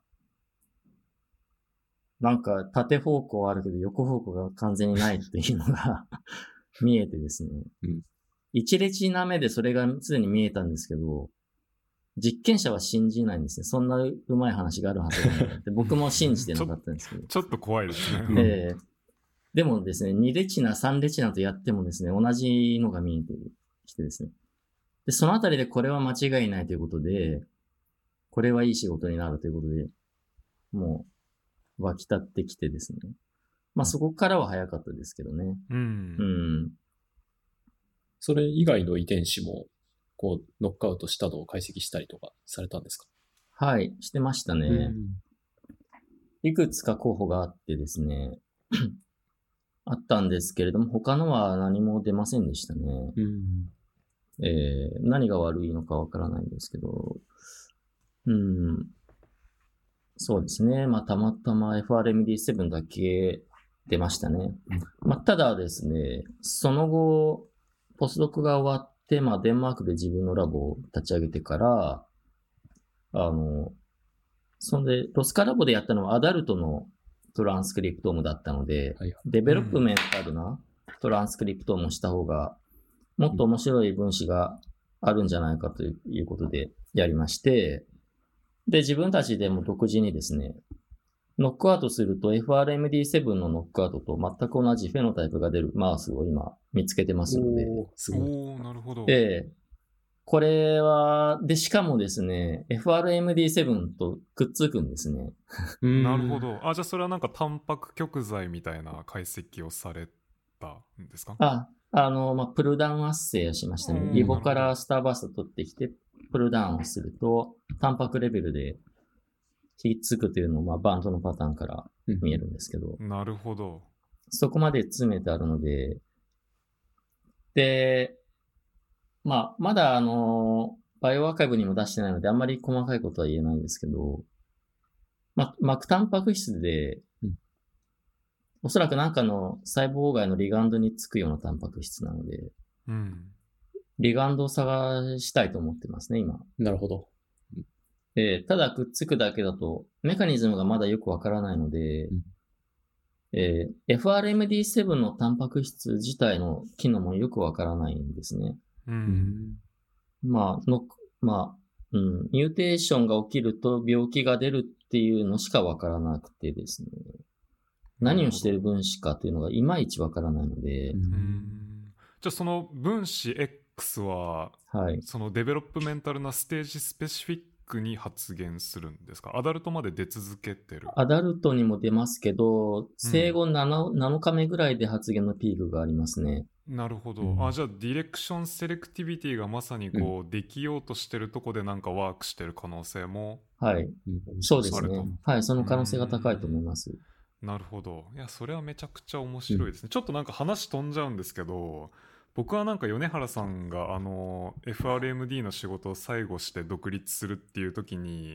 なんか縦方向はあるけど横方向が完全にないっていうのが見えてですね。 うん、 一レチな目でそれがすでに見えたんですけど、実験者は信じないんですね。そんなうまい話があるはずがないって僕も信じてなかったんですけど。 ちょっと怖いですね。 えーでもですね、にレチナ、さんレチナとやってもですね、同じのが見えてきてですね。で、そのあたりでこれは間違いないということで、これはいい仕事になるということで、もう湧き立ってきてですね。まあそこからは早かったですけどね。 うん。 うん。 それ以外の遺伝子も、こう、ノックアウトしたのを解析したりとかされたんですか？ はい、してましたね。 うん、 いくつか候補があってですね。あったんですけれども、他のは何も出ませんでしたね。 うん、 えー、何が悪いのかわからないんですけど、うん、そうですね。まあ、たまたま エフアールエムディーセブン だけ出ましたね。まあ、ただですね、その後、ポスドクが終わって、まあ、デンマークで自分のラボを立ち上げてから、あの、そんで、ロスカラボでやったのはアダルトのトランスクリプトームだったので、 はいはい、 デベロップメンタルなトランスクリプトームをした方が、もっと面白い分子があるんじゃないかということでやりまして、で、自分たちでも独自にですね、ノックアウトすると エフアールエムディーセブン のノックアウトと全く同じフェノタイプが出るマウスを今見つけてますので。 おー、すごい。 おー、なるほど。 ええこれは、で、しかもですね、エフアールエムディーセブン とくっつくんですね。 なるほど。あ、じゃあそれはなんかタンパク極材みたいな解析をされたんですか？ あ、あの、まあ、プルダウン圧生をしましたね。 うんリボからスターバースト取ってきて、プルダウンをすると、タンパクレベルでひっつくというのを、まあ、バンドのパターンから見えるんですけど、 なるほど。 そこまで詰めてあるので、で、まあ、まだあの、バイオアーカイブにも出してないので、あんまり細かいことは言えないんですけど、ま、膜タンパク質で、 うん、 おそらくなんかの細胞外のリガンドにつくようなタンパク質なので、 うん。 リガンドを探したいと思ってますね、今。 なるほど。 えーただくっつくだけだと、メカニズムがまだよくわからないので、 うんえー エフアールエムディーセブン のタンパク質自体の機能もよくわからないんですね。 う。 うんん、 まあ、の、まあ、うん、ミューテーションが起きると病気が出るっていうのしかわからなくてですね。何をしている分子かというのがいまいちわからないので、 うんうんじゃあその分子 X は、 はい。 そのデベロップメンタルなステージスペシフィックに発現するんですか？アダルトまで出続けてる？ アダルトにも出ますけど、生後 7, なのかめぐらいで発現のピークがありますね。 なるほど、 うんあじゃあディレクションセレクティビティがまさにこう、できようとしてるとこでなんかワークしてる可能性もはい。 うんそうですねあると。 はい、その可能性が高いと思います。 なるほど。いやそれはめちゃくちゃ面白いですね、うん、ちょっとなんか話飛んじゃうんですけど、僕はなんか米原さんがあの エフアールエムディー の仕事を最後して独立するっていう時に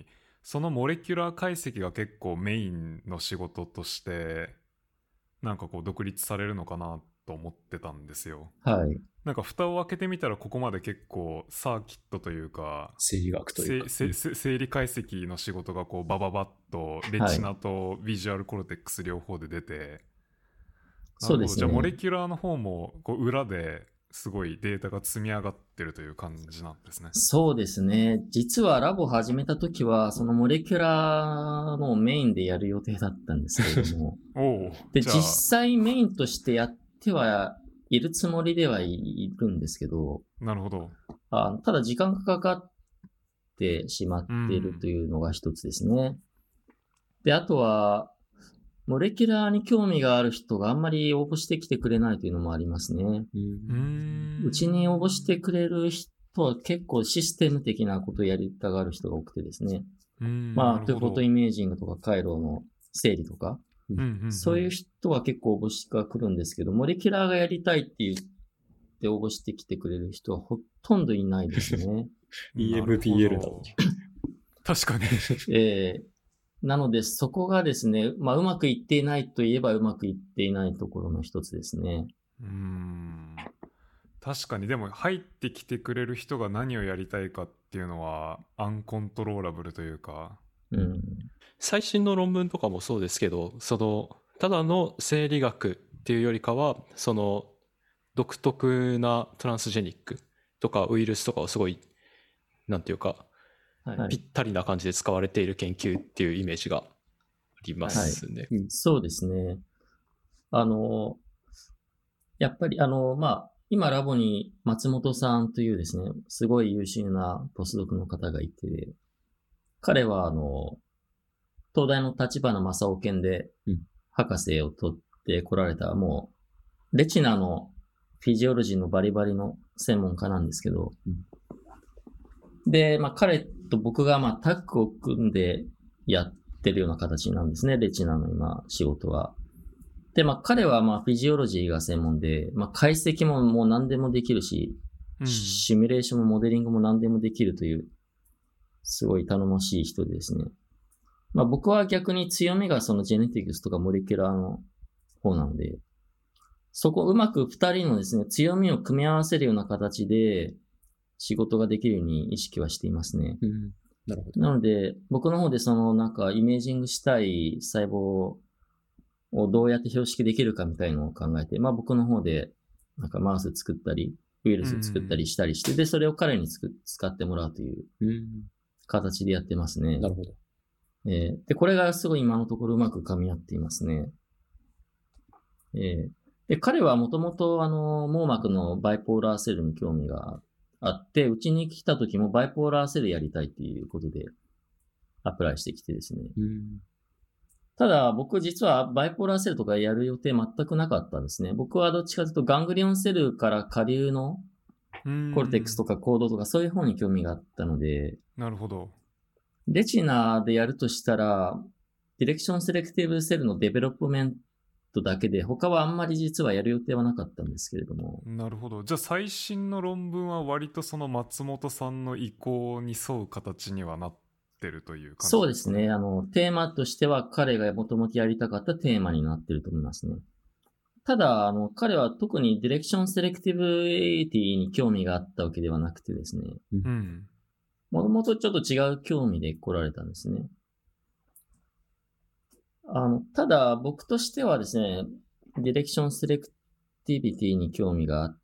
そのモレキュラー解析が結構メインの仕事としてなんかこう独立されるのかなと思ってたんですよ。 はい。 なんか蓋を開けてみたらここまで結構サーキットというか生理学というか。 せせ生理解析の仕事がこうバババッとレチナとビジュアルコルテックス両方で出て、なるほど。 そうですね。 じゃあモレキュラーの方もこう裏ですごいデータが積み上がってるという感じなんですね。 そうですね。実はラボ始めたときは、そのモレキュラーのメインでやる予定だったんですけれども。 おお。 で、 じゃあ実際メインとしてやってはいるつもりではいるんですけど、 なるほど。 あただ時間がかかってしまっているというのが一つですね。で、あとは、モレキュラーに興味がある人があんまり応募してきてくれないというのもありますね。 うんうーん。 うちに応募してくれる人は結構システム的なことをやりたがる人が多くてですね。 うーんまあ、 なるほどトゥフォトイメージングとか回路の整理とか、 うんうんうん、 そういう人は結構応募してくるんですけど、モレキュラーがやりたいって言って応募してきてくれる人はほとんどいないですね。 イーエムピーエル だもん。 確かに。 えーなので、そこがですね、まあ、うまくいっていないといえばうまくいっていないところの一つですね。 うーん。確かに、でも入ってきてくれる人が何をやりたいかっていうのはアンコントローラブルというか。 うん。 最新の論文とかもそうですけど、その、ただの生理学っていうよりかは、その、独特なトランスジェニックとかウイルスとかをすごい、なんていうか、 はいぴったりな感じで使われている研究っていうイメージがありますね。 はい、そうですね。あの、やっぱりあの、まあ、今ラボに松本さんというですね、すごい優秀なポスドクの方がいて、彼はあの、東大の立花正夫研で博士を取ってこられた、もう、レチナのフィジオロジーのバリバリの専門家なんですけど、 うんで、まあ彼と僕がまあタッグを組んでやってるような形なんですね、レチナの今仕事は。で、まあ彼はまあフィジオロジーが専門で、まあ解析ももう何でもできるし、 うんシミュレーションもモデリングも何でもできるという、すごい頼もしい人でですね。まあ僕は逆に強みがそのジェネティクスとかモレキュラーの方なので、そこをうまく二人のですね、強みを組み合わせるような形で仕事ができるように意識はしていますね。 うん、なるほど。 なので、僕の方でそのなんかイメージングしたい細胞をどうやって標識できるかみたいのを考えて、まあ僕の方でなんかマウス作ったり、ウイルス作ったりしたりして、で、それを彼につく使ってもらうといううん、 形でやってますね。 なるほど。 えーで、これがすごい今のところうまく噛み合っていますね。えーで、彼はもともとあの、網膜のバイポーラーセルに興味があって、うちに来た時もバイポーラーセルやりたいっていうことでアプライしてきてですね。 うん、 ただ、僕実はバイポーラーセルとかやる予定全くなかったんですね。僕はどっちかというとガングリオンセルから下流のコルテックスとかコードとかそういう方に興味があったので、 なるほど。 レチナでやるとしたら、ディレクションセレクティブセルのデベロップメントだけで、他はあんまり実はやる予定はなかったんですけれども。 なるほど。じゃあ最新の論文は割とその松本さんの意向に沿う形にはなってるという感じですかね。 そうですね。あの、テーマとしては彼がもともとやりたかったテーマになってると思いますね。ただ、あの、彼は特にディレクションセレクティブエティに興味があったわけではなくてですね。 うん。 もともとちょっと違う興味で来られたんですね。あの、ただ僕としてはですね、ディレクションセレクティビティに興味があって、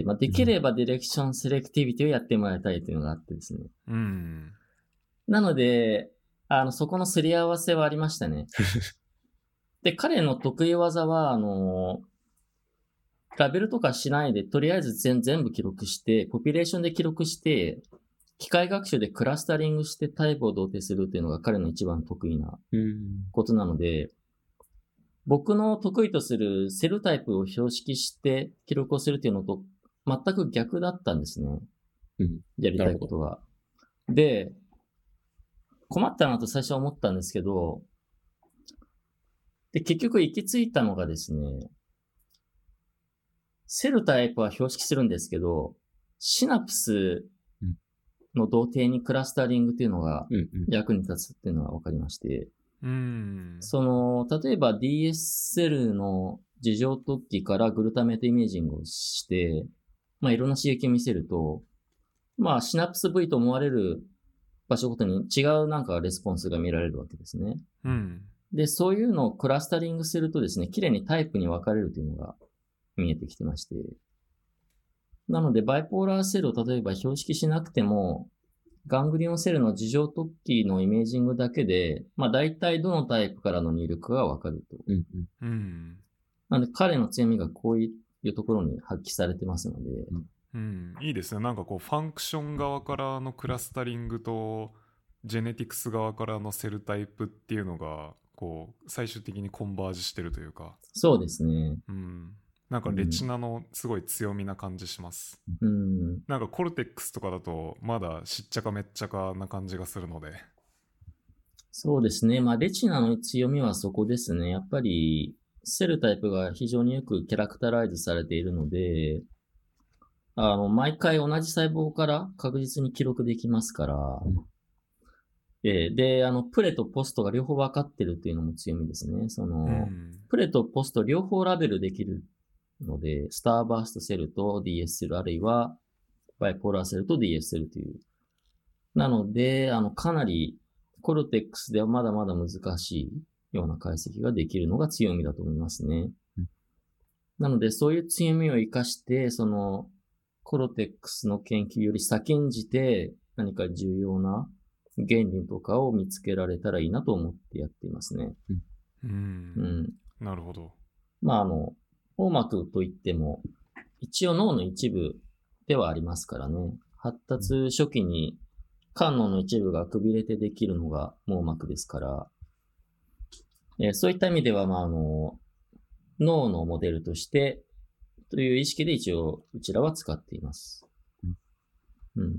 まあ、できればディレクションセレクティビティをやってもらいたいというのがあってですね。 うん。 なので、あの、そこのすり合わせはありましたね。で、彼の得意技は、あの、ラベルとかしないで、とりあえず全全部記録して、ポピュレーションで記録して、機械学習でクラスタリングしてタイプを同定するというのが彼の一番得意なうん、 ことなので、僕の得意とするセルタイプを標識して記録をするというのと全く逆だったんですね。 うん、 やりたいことが。で、困ったなと最初は思ったんですけど、で、結局行き着いたのがですね、セルタイプは標識するんですけど、シナプスの同定にクラスタリングっていうのがうんうん役に立つっていうのが分かりまして、 うんその、例えば ディーエスエル の事情突起からグルタメートイメージングをして、まあいろんな刺激を見せると、まあシナプス部位と思われる場所ごとに違うなんかレスポンスが見られるわけですね。 うんで、そういうのをクラスタリングするとですね、綺麗にタイプに分かれるというのが見えてきてまして。なので、バイポーラーセルを例えば標識しなくても、ガングリオンセルの事情突起のイメージングだけで、まあ大体どのタイプからの入力が分かると。 うんうんうんなので、彼の強みがこういうところに発揮されてますので、 うんいいですね。なんかこうファンクション側からのクラスタリングとジェネティクス側からのセルタイプっていうのがこう最終的にコンバージしてるというか、 そうですね。 うんなんかレチナのすごい強みな感じします。 うん。 なんかコルテックスとかだとまだしっちゃかめっちゃかな感じがするので。 そうですね。まあ、レチナの強みはそこですね。やっぱり、セルタイプが非常によくキャラクタライズされているので、あの、毎回同じ細胞から確実に記録できますから、 うんえーで、あの、プレとポストが両方分かってるっていうのも強みですね。その、 うんプレとポスト両方ラベルできるので、スターバーストセルと ディーエス セル、あるいはバイポーラーセルと ディーエス セルという。なので、あの、かなりコルテックスではまだまだ難しいような解析ができるのが強みだと思いますね。 うんなので、そういう強みを活かして、その、コルテックスの研究より先んじて何か重要な原理とかを見つけられたらいいなと思ってやっていますね。 うんうん。 なるほど。 まあ、あの、網膜といっても、一応脳の一部ではありますからね。発達初期に肝脳の一部がくびれてできるのが網膜ですから、えーそういった意味では、まあ、あの、脳のモデルとして、という意識で一応、うちらは使っています。うん。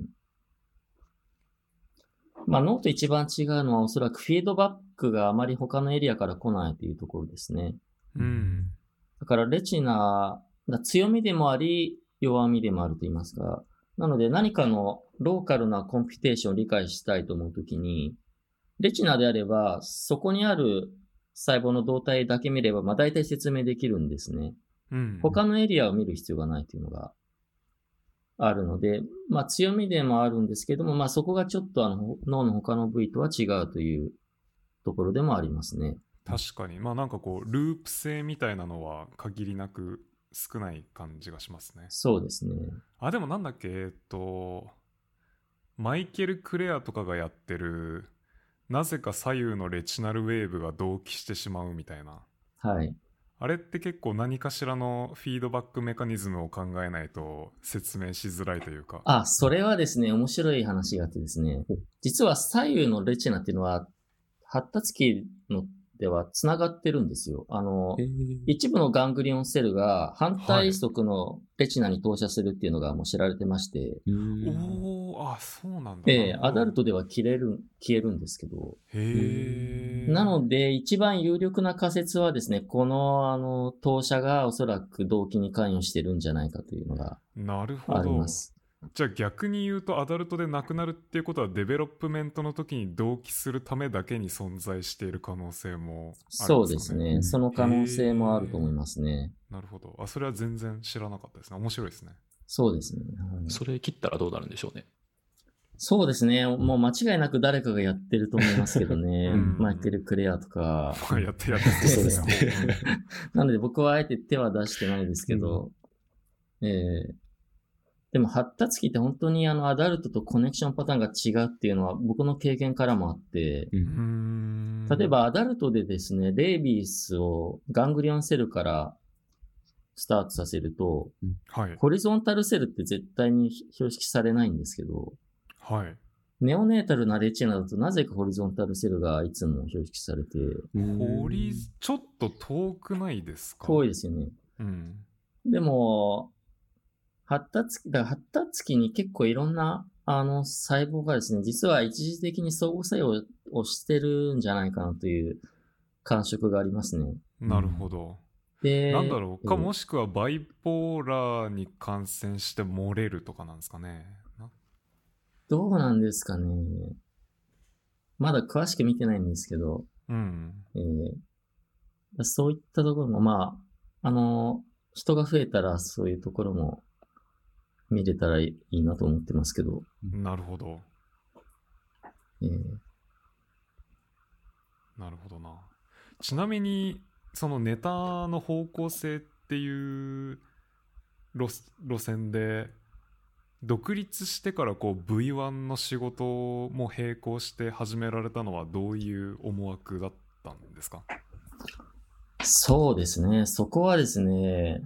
まあ、脳と一番違うのはおそらくフィードバックがあまり他のエリアから来ないというところですね。 うんだからレチナが強みでもあり、弱みでもあると言いますか。なので何かのローカルなコンピュテーションを理解したいと思うときに、レチナであれば、そこにある細胞の動態だけ見れば、まあ大体説明できるんですね。 うん他のエリアを見る必要がないというのがあるので、まあ強みでもあるんですけども、まあそこがちょっとあの脳の他の部位とは違うというところでもありますね。 確かにまあなんかこうループ性みたいなのは限りなく少ない感じがしますね。 そうですね。 あでもなんだっけえっとマイケル・クレアとかがやってるなぜか左右のレチナルウェーブが同期してしまうみたいな、 はい。 あれって結構何かしらのフィードバックメカニズムを考えないと説明しづらいというか。 あ、それはですね、面白い話があってですね、実は左右のレチナっていうのは、発達期のでは繋がってるんですよ。あの、 へー一部のガングリオンセルが反対側のレチナに投射するっていうのがもう知られてまして、 うんおーあそうなんだ。 ええなるほどアダルトでは消える、消えるんですけど、 へえ。 なので一番有力な仮説はですね、このあの投射がおそらく動機に関与してるんじゃないかというのがなるほありど。 ます。 じゃあ逆に言うとアダルトでなくなるっていうことはデベロップメントの時に同期するためだけに存在している可能性もあるんですかね。 そうですね。その可能性もあると思いますね。 なるほど。あそれは全然知らなかったですね。面白いですね。 そうですね。はいそれ切ったらどうなるんでしょうね。 そうですね。もう間違いなく誰かがやってると思いますけどね。 うんマイケル・クレアとか。 まあやってやってそうですね。 なので僕はあえて手は出してないですけど、えーでも発達期って本当にあのアダルトとコネクションパターンが違うっていうのは僕の経験からもあって、 ううーん例えばアダルトでですね、レイビースをガングリオンセルからスタートさせると、 はいホリゾンタルセルって絶対に標識されないんですけど、 はい。 ネオネータルなレチナだとなぜかホリゾンタルセルがいつも標識されて、 ホリちょっと遠くないですか？ 遠いですよね。 うん。 でも、発達期、だから発達期に結構いろんな、あの、細胞がですね、実は一時的に相互作用をしてるんじゃないかなという感触がありますね。 なるほど。 で、 なんだろうか、 えーもしくはバイポーラーに感染して漏れるとかなんですかね。などうなんですかね。まだ詳しく見てないんですけど、 うん。 えーそういったところも、まあ、あの、人が増えたらそういうところも見れたらいいなと思ってますけど、 なるほど。 えーなるほどな。ちなみに、そのネタの方向性っていう路路線で、独立してからこう ブイワン の仕事も並行して始められたのはどういう思惑だったんですか？ そうですね。そこはですね、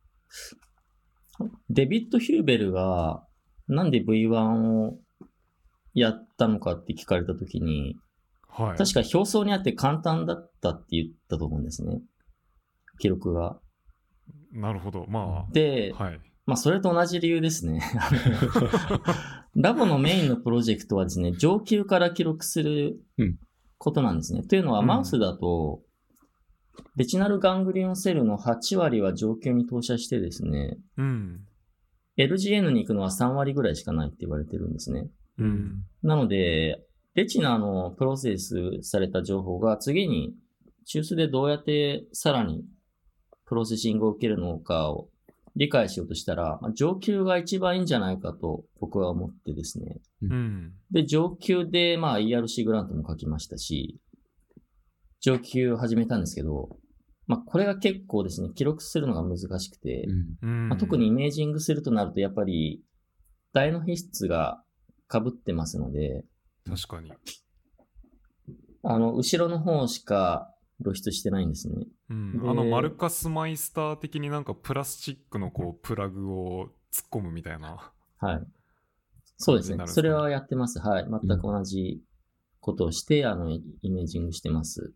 デビッド・ヒューベルがなんで ブイワン をやったのかって聞かれたときに、 はい。 確か表層にあって簡単だったって言ったと思うんですね。記録が。 なるほど。まで、 あ、はい。 まあそれと同じ理由ですね。あのラボのメインのプロジェクトはですね、上級から記録するうんことなんですね。というのは、 うんマウスだと、レチナルガングリオンセルのはち割は上級に投射してですね、 うん。 エルジーエヌ に行くのはさん割ぐらいしかないって言われてるんですね。 うん。 なので、レチナのプロセスされた情報が次に中枢でどうやってさらにプロセッシングを受けるのかを理解しようとしたら、まあ上級が一番いいんじゃないかと僕は思ってですね。 うん。 で、上級でまあ イーアールシー グラントも書きましたし、上級始めたんですけど、まあこれが結構ですね、記録するのが難しくて、 うん。 まあ、特にイメージングするとなるとやっぱり大の比質が被ってますので、 確かに。 あの、後ろの方しか露出してないんですね。 うん。 であの、マルカスマイスター的になんかプラスチックのこう、プラグを突っ込むみたいな。 はい。そうですね。 感じになるんですかねそれはやってます。はい。全く同じことをして、あの、イメージングしてます。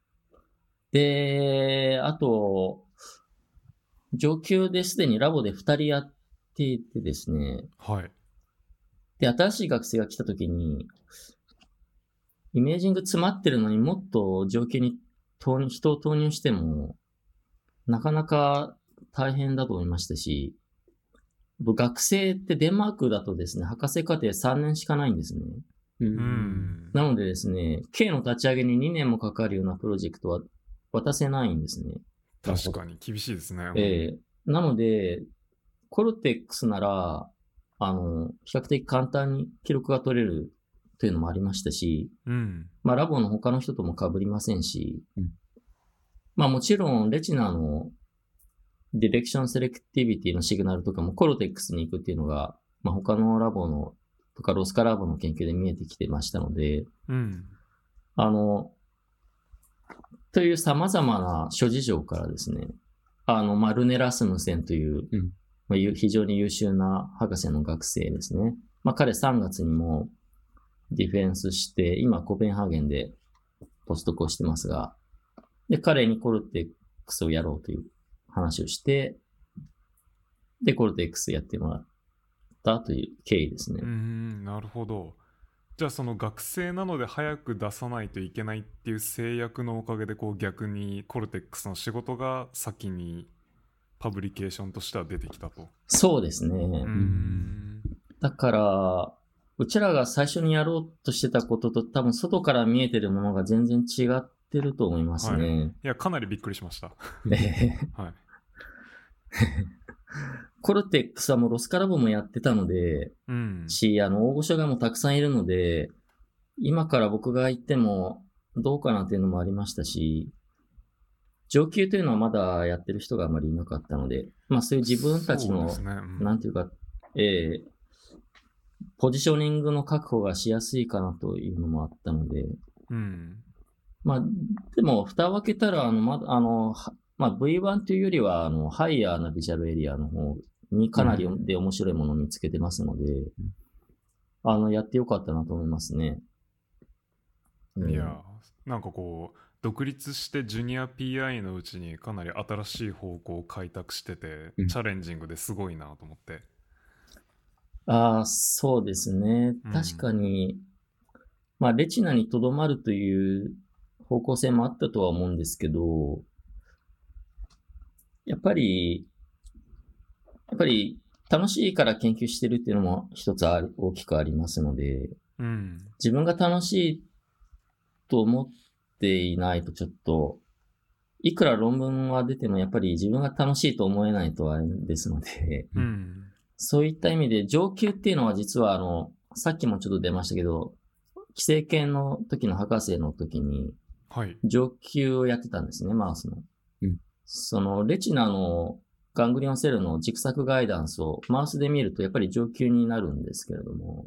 で、あと、上級ですでにラボでふたりやっていてですね。 はい。 で、新しい学生が来た時に、イメージング詰まってるのにもっと上級に投入人を投入しても、なかなか大変だと思いましたし、学生ってデンマークだとですね、博士課程さんねんしかないんですね。 う。 うんん。 なのでですね、K の立ち上げににねんもかかるようなプロジェクトは渡せないんですね。 確かに厳しいですね。 ええなので、コルテックスなら、あの、比較的簡単に記録が取れるというのもありましたし、 うん。 まあラボの他の人とも被りませんし、 うんまあもちろんレチナのディレクションセレクティビティのシグナルとかもコルテックスに行くっていうのが、まあ他のラボのとかロスカラボの研究で見えてきてましたので、 うん。 あの、という様々な諸事情からですね、あの、まあ、ルネ・ラスムセンという、 うんまあ、ゆ非常に優秀な博士の学生ですね。まあ、彼さんがつにもディフェンスして、今コペンハーゲンでポストクをしてますが、で、彼にコルテックスをやろうという話をして、で、コルテックスやってもらったという経緯ですね。 うーん、なるほど。じゃあその学生なので早く出さないといけないっていう制約のおかげでこう逆にコルテックスの仕事が先にパブリケーションとしては出てきたと。 そうですね。 うーん。 だから、うちらが最初にやろうとしてたことと多分外から見えてるものが全然違ってると思いますね。 いや、かなりびっくりしました。 ではい。 コルテックスはもうロスカラボもやってたので、 うん。 し、あの、大御所がもうたくさんいるので、今から僕が行ってもどうかなっていうのもありましたし、上級というのはまだやってる人があまりいなかったので、まあそういう自分たちの、 そうですね。うんなんていうか、えーポジショニングの確保がしやすいかなというのもあったので、 うん。 まあ、でも、蓋を開けたら、あの、まだ、あの、はまあ、ブイワン というよりは、あの、ハイヤーなビジュアルエリアの方にかなりうで面白いものを見つけてますので、あの、やってよかったなと思いますね。うんいや、なんかこう、独立してジュニア ピーアイ のうちにかなり新しい方向を開拓してて、 うんチャレンジングですごいなと思って。 ああ、そうですねうん。 確かに、まあ、レチナにとどまるという方向性もあったとは思うんですけど、やっぱり、やっぱり、 楽しいから研究してるっていうのも一つあり大きくありますので、 うん。 自分が楽しいと思っていないとちょっと、いくら論文は出てもやっぱり自分が楽しいと思えないとあれですので、 うん。 そういった意味で上級っていうのは実はあの、さっきもちょっと出ましたけど、寄生犬の時の博士の時にはい。 上級をやってたんですね、マウスの。 うんそのレチナのガングリオンセルの軸索ガイダンスをマウスで見るとやっぱり上級になるんですけれども。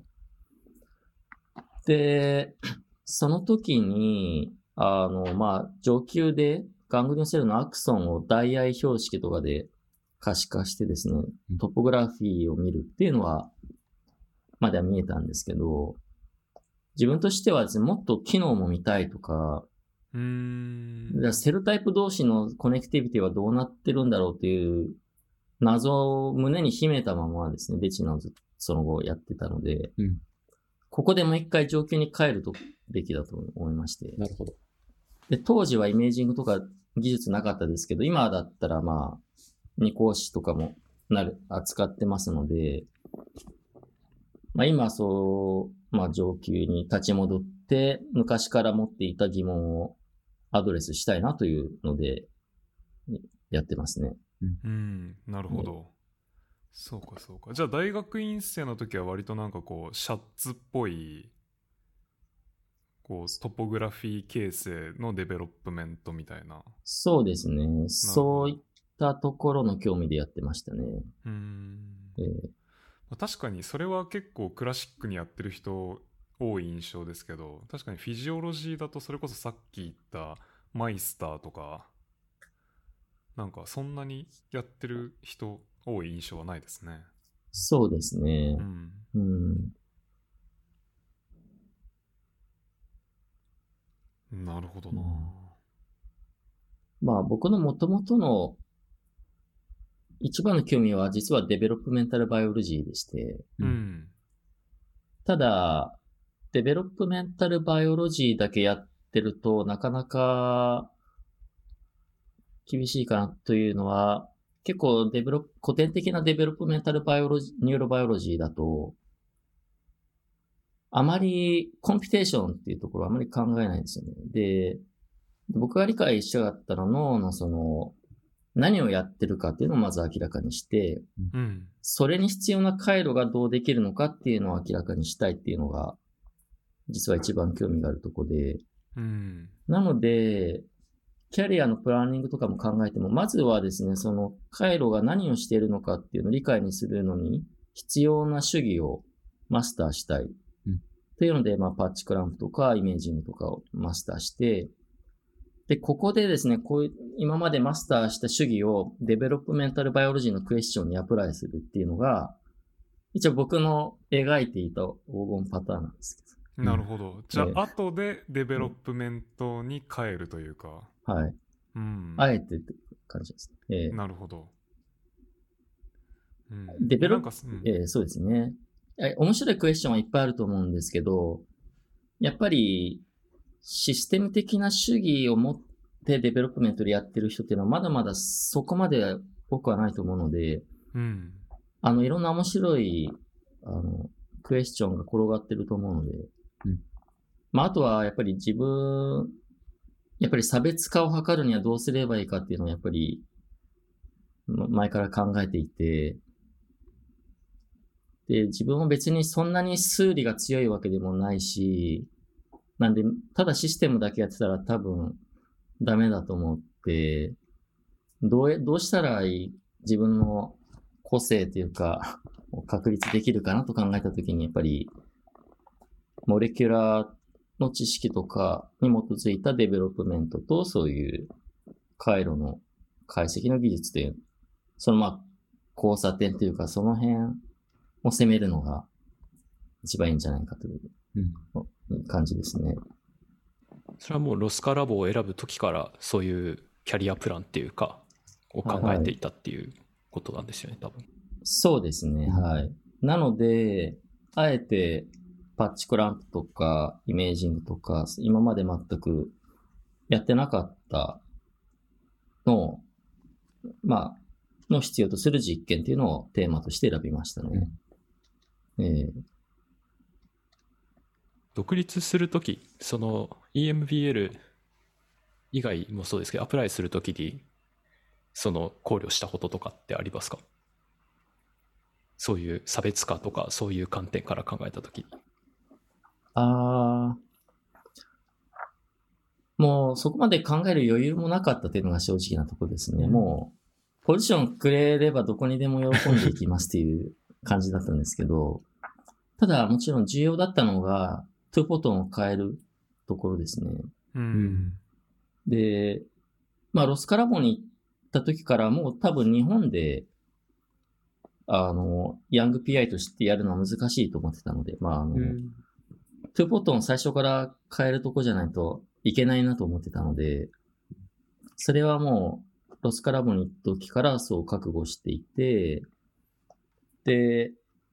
で、その時に、あの、まあ、上級でガングリオンセルのアクソンを大愛標識とかで可視化してですね、トポグラフィーを見るっていうのは、までは見えたんですけど、自分としてはですね、もっと機能も見たいとか、 うーん。 じゃあセルタイプ同士のコネクティビティはどうなってるんだろうっていう謎を胸に秘めたままですね、レチナをずっとその後やってたので、 うんここでもう一回上級に帰るとべきだと思いまして。 なるほど。 で、当時はイメージングとか技術なかったですけど、今だったらまあ、二項子とかもなる、扱ってますので、まあ今そう、まあ上級に立ち戻って、昔から持っていた疑問をアドレスしたいなというので、やってますね。 うん。なるほど。そうかそうか。じゃあ大学院生の時は割となんかこうシャッツっぽいこうトポグラフィー形成のデベロップメントみたいな。 そうですね。そういったところの興味でやってましたね。 うーん。 えーまあ確かにそれは結構クラシックにやってる人多い印象ですけど、確かにフィジオロジーだとそれこそさっき言ったマイスターとかなんかそんなにやってる人多い印象はないですね。 そうですねう。ん。 うん。 なるほどな。 まあ僕の元々の一番の興味は実はデベロップメンタルバイオロジーでして、 うん。 ただ、デベロップメンタルバイオロジーだけやってるとなかなか厳しいかなというのは、結構デベロ古典的なデベロップメンタルバイオロジー、ニューロバイオロジーだと、あまりコンピュテーションっていうところはあまり考えないんですよね。で、僕が理解したかったの脳のその、何をやってるかっていうのをまず明らかにして、 うん。 それに必要な回路がどうできるのかっていうのを明らかにしたいっていうのが、実は一番興味があるところで、 うん。 なので、キャリアのプランニングとかも考えても、まずはですね、その回路が何をしているのかっていうのを理解にするのに必要な主義をマスターしたい。 うんというので、まあ、パッチクランプとかイメージングとかをマスターして、で、ここでですね、こういう、今までマスターした主義をデベロップメンタルバイオロジーのクエスチョンにアプライするっていうのが、一応僕の描いていた黄金パターンなんですけなるほど。じゃええあ後でデベロップメントに変えるというか。 ど。はい。 うん。 あえてって感じです。ええなるほど。うん。 デベロップなんかす、うんえーそうですね。え面白いクエスチョンはいっぱいあると思うんですけど、やっぱりシステム的な主義を持ってデベロップメントでやってる人っていうのはまだまだそこまで多くはないと思うので、 うん。 あの、いろんな面白い、あの、クエスチョンが転がってると思うので、 うんまあ、あとはやっぱり自分、やっぱり差別化を図るにはどうすればいいかっていうのをやっぱり、ま前から考えていて、で、自分も別にそんなに数理が強いわけでもないし、なんで、ただシステムだけやってたら多分ダメだと思って、どうや、どうしたらいい自分の個性というか、確立できるかなと考えたときに、やっぱり、モレキュラーの知識とかに基づいたデベロップメントと、そういう回路の解析の技術という、そのまあ、交差点というか、その辺を攻めるのが一番いいんじゃないかといううん感じですね。 それはもうロスカラボを選ぶときからそういうキャリアプランっていうかを考えていたっていうことなんですよね、多分。 そうですね、はい。なので、あえてパッチクランプとかイメージングとか、今まで全くやってなかったのを、まあ、 の必要とする実験っていうのをテーマとして選びましたね。えー独立するとき、その イーエムビーエル 以外もそうですけど、アプライするときに、その考慮したこととかってありますか？そういう差別化とか、そういう観点から考えたときに。 ああ、もうそこまで考える余裕もなかったっていうのが正直なところですね。 うんもう、ポジションくれればどこにでも喜んでいきますっていう感じだったんですけど、ただもちろん重要だったのが、トゥーポトンを変えるところですね。 うん。 で、まあ、ロスカラボに行った時からもう多分日本で、あの、ヤング ピーアイ としてやるのは難しいと思ってたので、まあ、あの、 うんトゥーポトン最初から変えるとこじゃないといけないなと思ってたので、それはもう、ロスカラボに行った時からそう覚悟していて、で、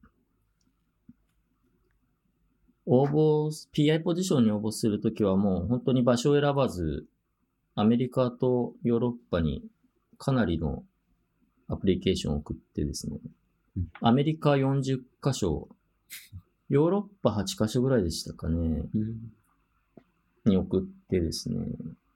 応募、ピーアイ ポジションに応募するときはもう本当に場所を選ばず、アメリカとヨーロッパにかなりのアプリケーションを送ってですねうん、 アメリカよんじゅっかしょ、ヨーロッパはちかしょぐらいでしたかね、 うんに送ってですね。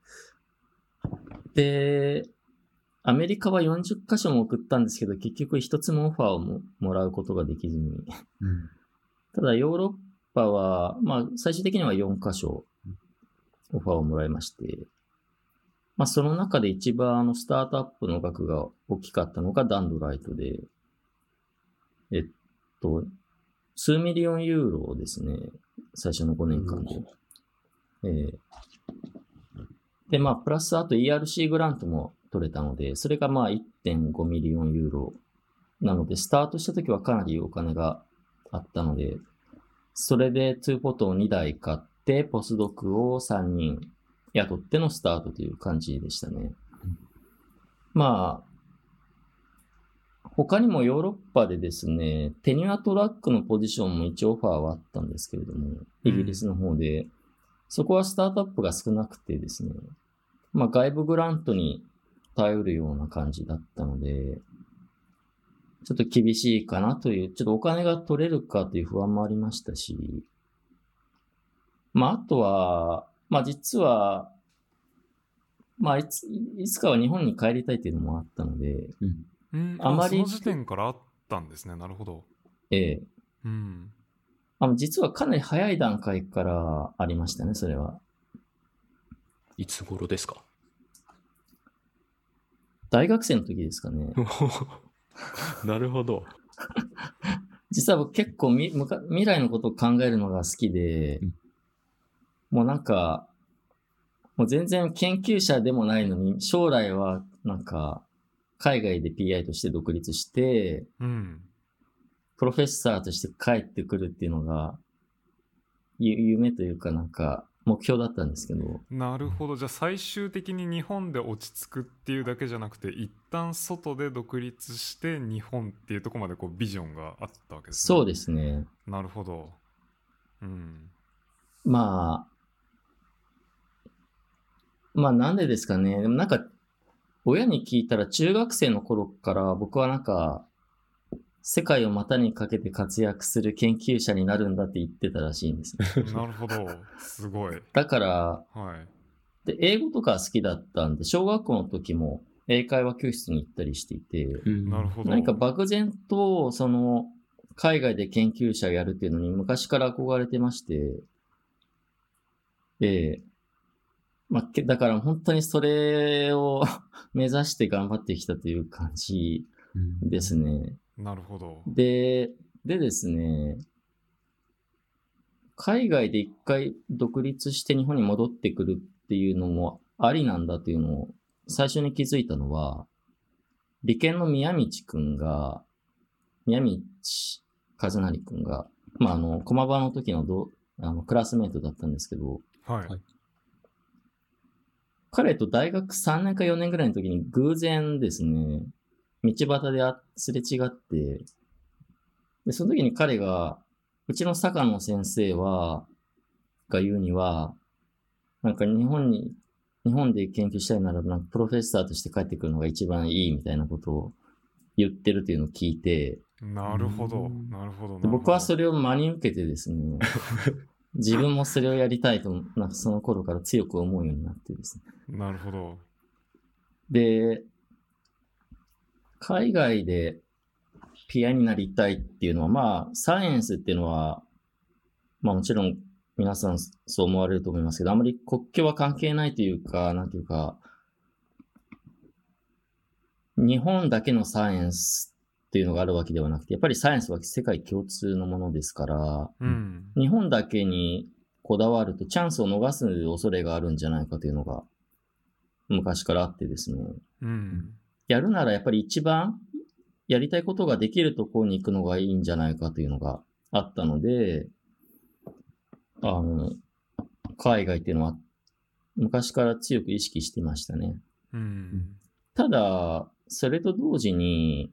で、アメリカはよんじゅっかしょも送ったんですけど、結局一つもオファーをももらうことができずに。 うんただヨーロッパは、まあ最終的にはよんかしょオファーをもらいまして、まあその中で一番あのスタートアップの額が大きかったのがダンドライトで、えっと、数ミリオンユーロですね、最初のごねんかんで。えーで、まあ、プラスあと イーアールシー グラントも取れたので、それがまあ いってんごミリオンユーロなので、スタートした時はかなりお金があったので、それでツーポトンをにだい買って、ポスドクをさんにん雇ってのスタートという感じでしたね。まあ、他にもヨーロッパでですね、テニュアトラックのポジションも一応オファーはあったんですけれども、イギリスの方で、そこはスタートアップが少なくてですね、まあ外部グラントに頼るような感じだったので、ちょっと厳しいかなという、ちょっとお金が取れるかという不安もありましたし、まああとは、まあ実は、まあいつ、いつかは日本に帰りたいというのもあったので、 うんうん、 あまりその時点からあったんですね。なるほど。 ええ、 うん。 あの実はかなり早い段階からありましたね、それは。 いつ頃ですか？ 大学生の時ですかね。 なるほど。 実は僕結構みむか未来のことを考えるのが好きで、 うんもうなんか、もう全然研究者でもないのに、将来はなんか、海外で ピーアイ として独立して、 うん。 プロフェッサーとして帰ってくるっていうのが、ゆ夢というかなんか、目標だったんですけど、 なるほど。じゃあ最終的に日本で落ち着くっていうだけじゃなくて、一旦外で独立して日本っていうところまでこうビジョンがあったわけですね。 そうですね。 なるほど。うん。 まあ、まあなんでですかね。でもなんか、親に聞いたら中学生の頃から僕はなんか、世界を股にかけて活躍する研究者になるんだって言ってたらしいんですね。 なるほど。すごい。 だから、 はい。 で、英語とか好きだったんで、小学校の時も英会話教室に行ったりしていて、 なるほど。 何か漠然と、その、海外で研究者をやるっていうのに昔から憧れてまして、で、まあ、けだから本当にそれを目指して頑張ってきたという感じですね。 なるほど。 で、でですね、海外で一回独立して日本に戻ってくるっていうのもありなんだというのを最初に気づいたのは、理研の宮道くんが、宮道和成くんが、まあ、あの、駒場の時のどあのクラスメートだったんですけど、 はい。 はい彼と大学さんねんかよねんぐらいの時に偶然ですね、道端であすれ違って、で、その時に彼が、うちの坂野先生は、が言うには、なんか日本に、日本で研究したいなら、なんかプロフェッサーとして帰ってくるのが一番いいみたいなことを言ってるというのを聞いて、 なるほど、 うんなるほど。なるほでど僕はそれを真に受けてですね、自分もそれをやりたいと、なんかその頃から強く思うようになってですね。 なるほど。 で、海外でピアになりたいっていうのは、まあ、サイエンスっていうのは、まあもちろん皆さんそう思われると思いますけど、あまり国境は関係ないというか、なんていうか、日本だけのサイエンスっていうのがあるわけではなくて、やっぱりサイエンスは世界共通のものですから、 うん。 日本だけにこだわるとチャンスを逃す恐れがあるんじゃないかというのが昔からあってですね。 うん。 やるならやっぱり一番やりたいことができるところに行くのがいいんじゃないかというのがあったので、あの、海外っていうのは昔から強く意識してましたね。 うん。 ただ、それと同時に、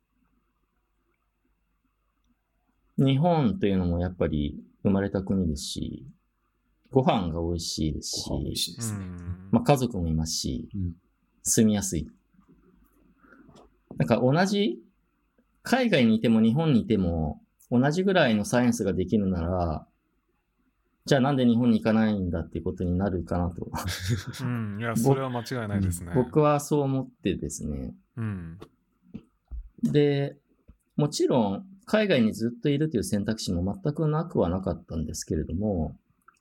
日本というのもやっぱり生まれた国ですし、ご飯が美味しいですご飯美味し、 しいですね。 まあ家族もいますし、 うん住みやすい。なんか同じ、海外にいても日本にいても同じぐらいのサイエンスができるなら、じゃあなんで日本に行かないんだっていうことになるかなと。 うん。いや、それは間違いないですね。 僕はそう思ってですね。 うん。 で、もちろん海外にずっといるという選択肢も全くなくはなかったんですけれども、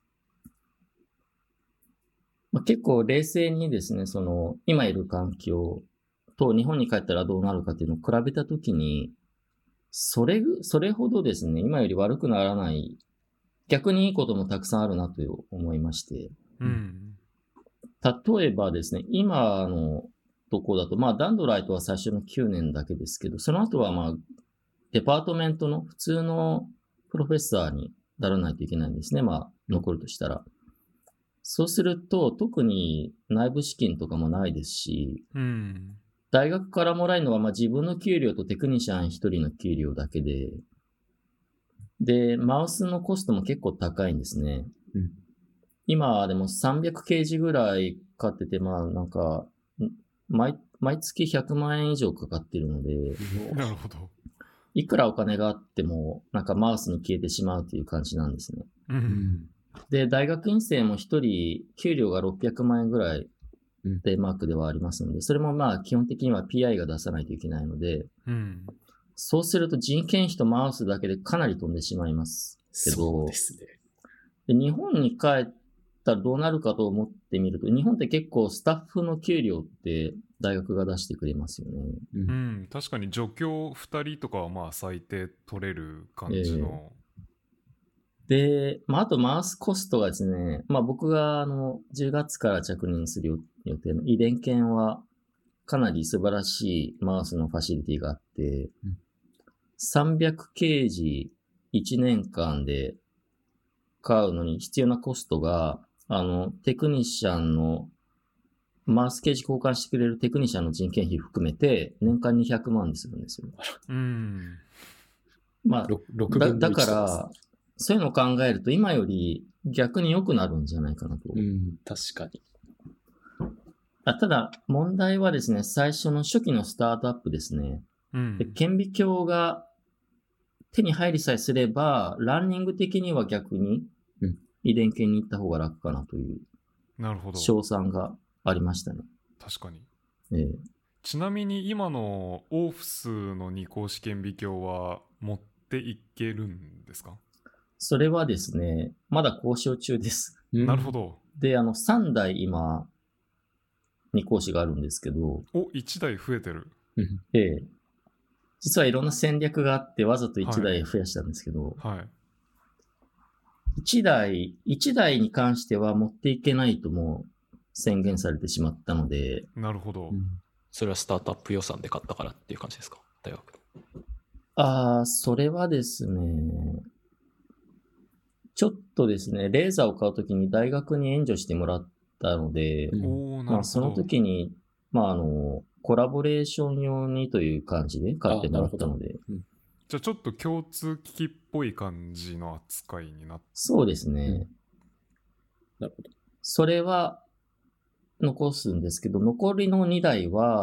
まあ、結構冷静にですね、その今いる環境と日本に帰ったらどうなるかっていうのを比べたときに、それ、それほどですね、今より悪くならない、逆にいいこともたくさんあるなと思いまして、 うん。 例えばですね、今のとこだと、まあ、ダンドライトは最初のきゅうねんだけですけど、その後はまあ、デパートメントの普通のプロフェッサーにならないといけないんですね。まあ、残るとしたら。そうすると、特に内部資金とかもないですし、 うん。 大学からもらえるのはまあ自分の給料とテクニシャン一人の給料だけで、で、マウスのコストも結構高いんですね。 うん今でも さんびゃくケージ ぐらいかってて、まあなんか、毎、毎月ひゃくまんえん以上かかってるので、 なるほど。 いくらお金があっても、なんかマウスに消えてしまうという感じなんですね。 う。 うんんで、大学院生も一人、給料がろっぴゃくまんえんぐらいデンマークではありますので、それもまあ基本的には ピーアイ が出さないといけないので、 うん。 そうすると人件費とマウスだけでかなり飛んでしまいますけそうど、 ですね。 で日本に帰ったらどうなるかと思ってみると、日本って結構スタッフの給料って大学が出してくれますよね。 ううんん。確かに助教ふたりとかはまあ最低取れる感じの。 で、まあ、あとマウスコストがですね、まあ僕があの、じゅうがつから着任する予定の遺伝研は、かなり素晴らしいマウスのファシリティがあって、 うんさんびゃくケージいちねんかんで買うのに必要なコストが、あの、テクニシャンの、マウスケージ交換してくれるテクニシャンの人件費含めて、年間にひゃくまんでするんですよ。 うん。 まあ、 ろろくだぶんのいちだから、そういうのを考えると、今より逆に良くなるんじゃないかなと。 うん、確かに。 あただ、問題はですね、最初の初期のスタートアップですね。 うんで。顕微鏡が手に入りさえすれば、ランニング的には逆にうん遺伝系に行った方が楽かなというなるほど。 賞賛がありましたね。 確かに。 ええちなみに今のオーフスの二項試験微鏡は持っていけるんですか？ それはですね、まだ交渉中です。 なるほど。 で、あの、さんだい今、二講師があるんですけど、 お、いちだい増えてる。 うんええ実はいろんな戦略があって、わざといちだい増やしたんですけど、 はい。 いちだい、いちだいに関しては持っていけないともう宣言されてしまったので、 なるほど。 うんそれはスタートアップ予算で買ったからっていう感じですか、大学の。 ああ、それはですね、ちょっとですね、レーザーを買うときに大学に援助してもらったので、 うんおー、なるほど。 まあその時に、まああの、コラボレーション用にという感じで買ってもらったので、 じゃあちょっと共通機器っぽい感じの扱いになって。 そうですね。 うんなるほど。 それは残すんですけど、残りのにだいは、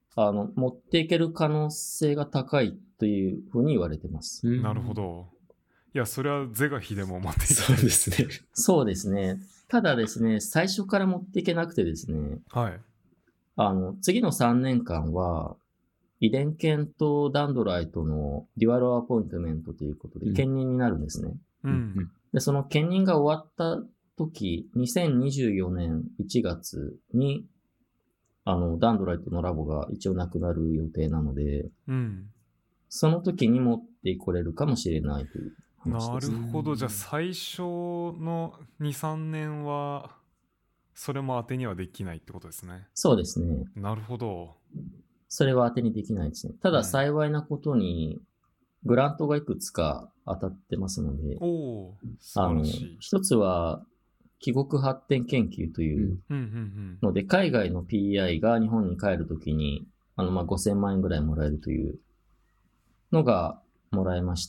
あの、持っていける可能性が高いというふうに言われてます。 うんなるほ。ど。いや、それは是が非でも持っていきたそいうですね。 そうですね。ただですね、最初から持っていけなくてですね、 はい。 あの、次のさんねんかんは、遺伝犬とダンドライトのデュアルアポイントメントということで、 うん兼任になるんですね。 ううんん。 で、その兼任が終わった時、にせんにじゅうよねんいちがつに、あの、ダンドライトのラボが一応なくなる予定なので、 うん。 その時に持ってこれるかもしれないという話なです。 るほど。じゃあ最初のに、さんねんはそれも当てにはできないってことですね。 そうですね。 なるほど。 それは当てにできないですね。ただうん幸いなことに、グラントがいくつか当たってますので、 おお、素あの、 晴らしい。 一つは、帰国発展研究といううんうんので、海外の ピーアイ が日本に帰るときに、あの、まあ、ごせんまんえんぐらいもらえるというのがもらえまして、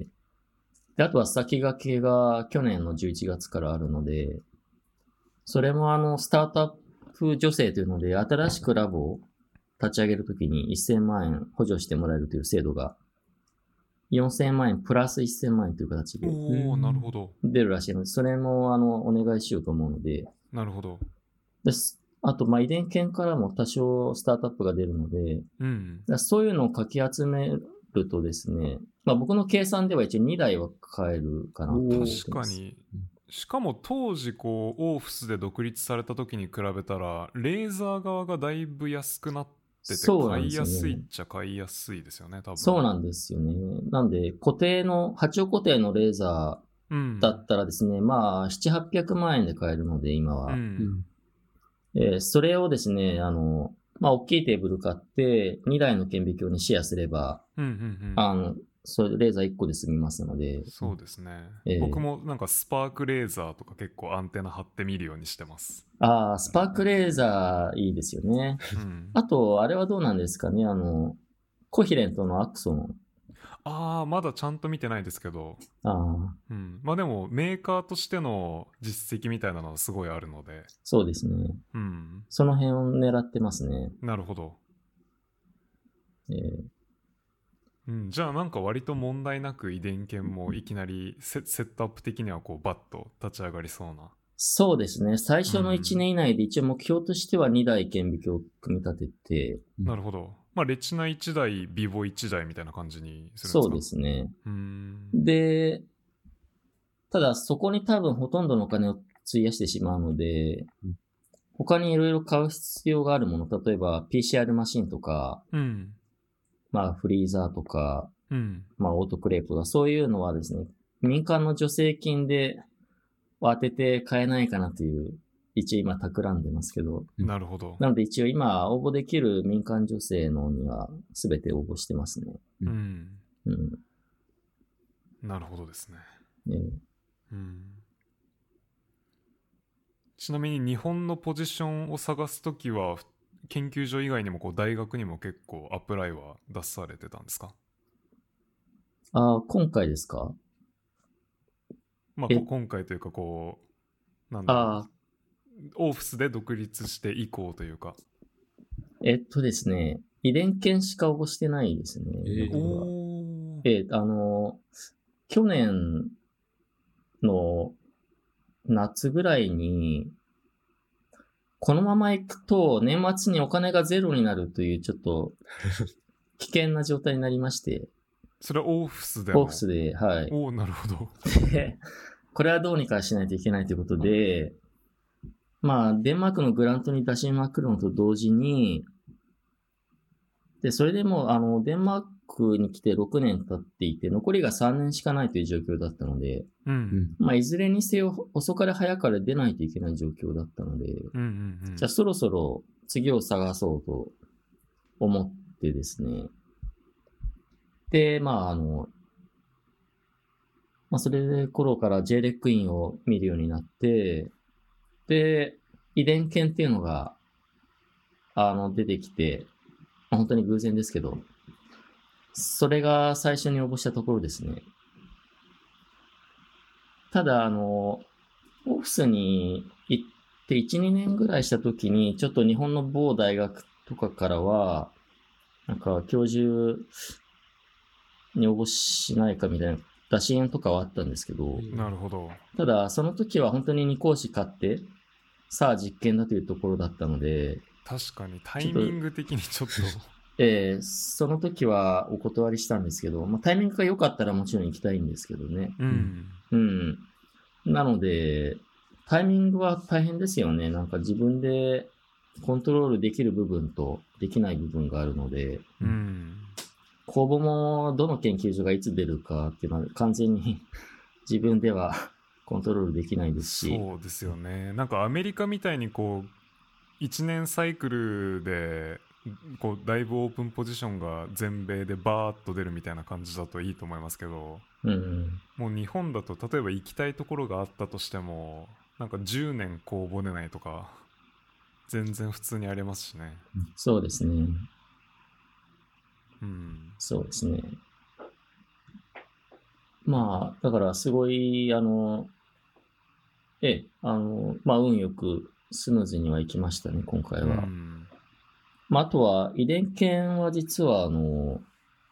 で、あとは先駆けが去年のじゅういちがつからあるので、それもあの、スタートアップ助成というので、新しくラボを立ち上げるときにせんまんえん補助してもらえるという制度が、よんせんまんえんプラスせんまんえんという形うん。 でおお、 うんなるほど。 出るらしいので、それもあの、お願いしようと思うので、 なるほど。 です。あと、まあ、遺伝犬からも多少スタートアップが出るので、 うん。 だからそういうのをかき集めるとですね、まあ僕の計算では一応にだいは買えるかなと思ってます。 確かに。しかも当時こうオーフスで独立された時に比べたらレーザー側がだいぶ安くなっててそうなん買いですよねやすいっちゃ買いやすいですよね多分。 そうなんですよね。なんで、固定の、波長固定のレーザうんーだったらですね、まあ、ななひゃく、はっぴゃくまんえんで買えるので、今は。 うんえーそれをですね、あの、まあ、大きいテーブル買って、にだいの顕微鏡にシェアすれば、 うんうんうんあの、それレーザーいっこで済みますので、 そうですね、 ええ僕もなんかスパークレーザーとか結構アンテナ張って見るようにしてます。 ああ、スパークレーザーいいですよね。 うん、 あと、あれはどうなんですかね、あの、コヒレントのアクソン。 ああまだちゃんと見てないですけど、 ああ、 うん、まあでもメーカーとしての実績みたいなのはすごいあるので、 そうですね。 うん、 その辺を狙ってますね。 なるほど。 えーうん、じゃあなんか割と問題なく遺伝犬もいきなりセ、セットアップ的にはこうバッと立ち上がりそうな。 そうですね。最初のいちねん以内で一応目標としてはにだい顕微鏡を組み立てて、 うんなるほど。まあレチナいちだい、ビボいちだいみたいな感じにするんですか？ そうですね。 うーん。 で、ただそこに多分ほとんどのお金を費やしてしまうのでうん、 他にいろいろ買う必要があるもの、例えば ピーシーアール マシンとか、 うん。 まあフリーザーとか、 うん。 まあオートクレープとか、そういうのはですね、民間の助成金で当てて買えないかなという、一応今企んでますけど、 うんなるほど。 なので一応今応募できる民間助成のには全て応募してますね。 うん。 うん。 なるほどですね。 ねうん。ちなみに日本のポジションを探すときは研究所以外にもこう大学にも結構アプライは出されてたんですか？ ああ、今回ですか？えまあこ今回というかこうなんだろうああ、 オーフスで独立して以降というか。 えっとですね、遺伝犬しか応募してないですね。 えー僕はおー。 えあの、去年の夏ぐらいに、このまま行くと年末にお金がゼロになるというちょっと危険な状態になりまして、 それはオーフスでも。 オフスで、はい。 おおなるほど。 でこれはどうにかしないといけないということで、まあ、デンマークのグラントに出しまくるのと同時に、で、それでも、あの、デンマークに来てろくねん経っていて、残りがさんねんしかないという状況だったので、 うん。 うんまあ、いずれにせよ、遅かれ早かれ出ないといけない状況だったので、 うんうんうん。 じゃあそろそろ次を探そうと思ってですね。で、まあ、あの、まあ、それで頃から ジェイレック インを見るようになって、で、遺伝犬っていうのが、あの、出てきて、まあ本当に偶然ですけど、それが最初に応募したところですね。ただ、あの、オフィスに行っていち、にねんぐらいした時に、ちょっと日本の某大学とかからは、 なんか教授に応募しないかみたいな打診とかはあったんですけど、 なるほど。 ただその時は本当にに講師買って、さあ実験だというところだったので、 確かにタイミング的にちょっとえーその時はお断りしたんですけど、まあ、タイミングが良かったらもちろん行きたいんですけどね。 うんうん。なので、タイミングは大変ですよね。なんか自分でコントロールできる部分とできない部分があるので、 うん公募もどの研究所がいつ出るかっていうのは完全に自分ではコントロールできないですし。 そうですよね。なんかアメリカみたいにこういちねんサイクルでこうだいぶオープンポジションが全米でバーッと出るみたいな感じだといいと思いますけど、 うん。 もう日本だと例えば行きたいところがあったとしてもなんかじゅうねん公募出ないとか全然普通にありますしね。 そうですね。 うんそうですね。まあ、だからすごい、あの、ええ、あの、まあ、運よくスムーズにはいきましたね、今回は。 うんまあ、あとは、遺伝研は実は、あの、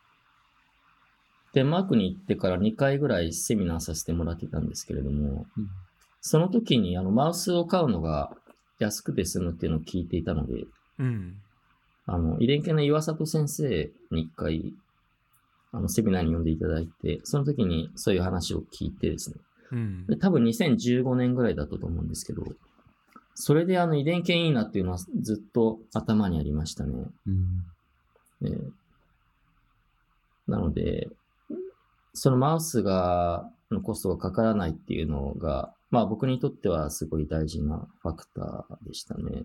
デンマークに行ってからにかいぐらいセミナーさせてもらってたんですけれども、 うんその時にあのマウスを買うのが安くて済むっていうのを聞いていたので、 うんあの、遺伝研の岩里先生に一回、あの、セミナーに呼んでいただいて、その時にそういう話を聞いてですね。 うんで多分にせんじゅうごねんぐらいだったと思うんですけど、それであの遺伝研いいなっていうのはずっと頭にありましたね。 うんえーなので、そのマウスが、のコストがかからないっていうのが、まあ僕にとってはすごい大事なファクターでしたね。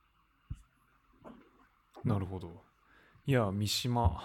なるほど。いや三島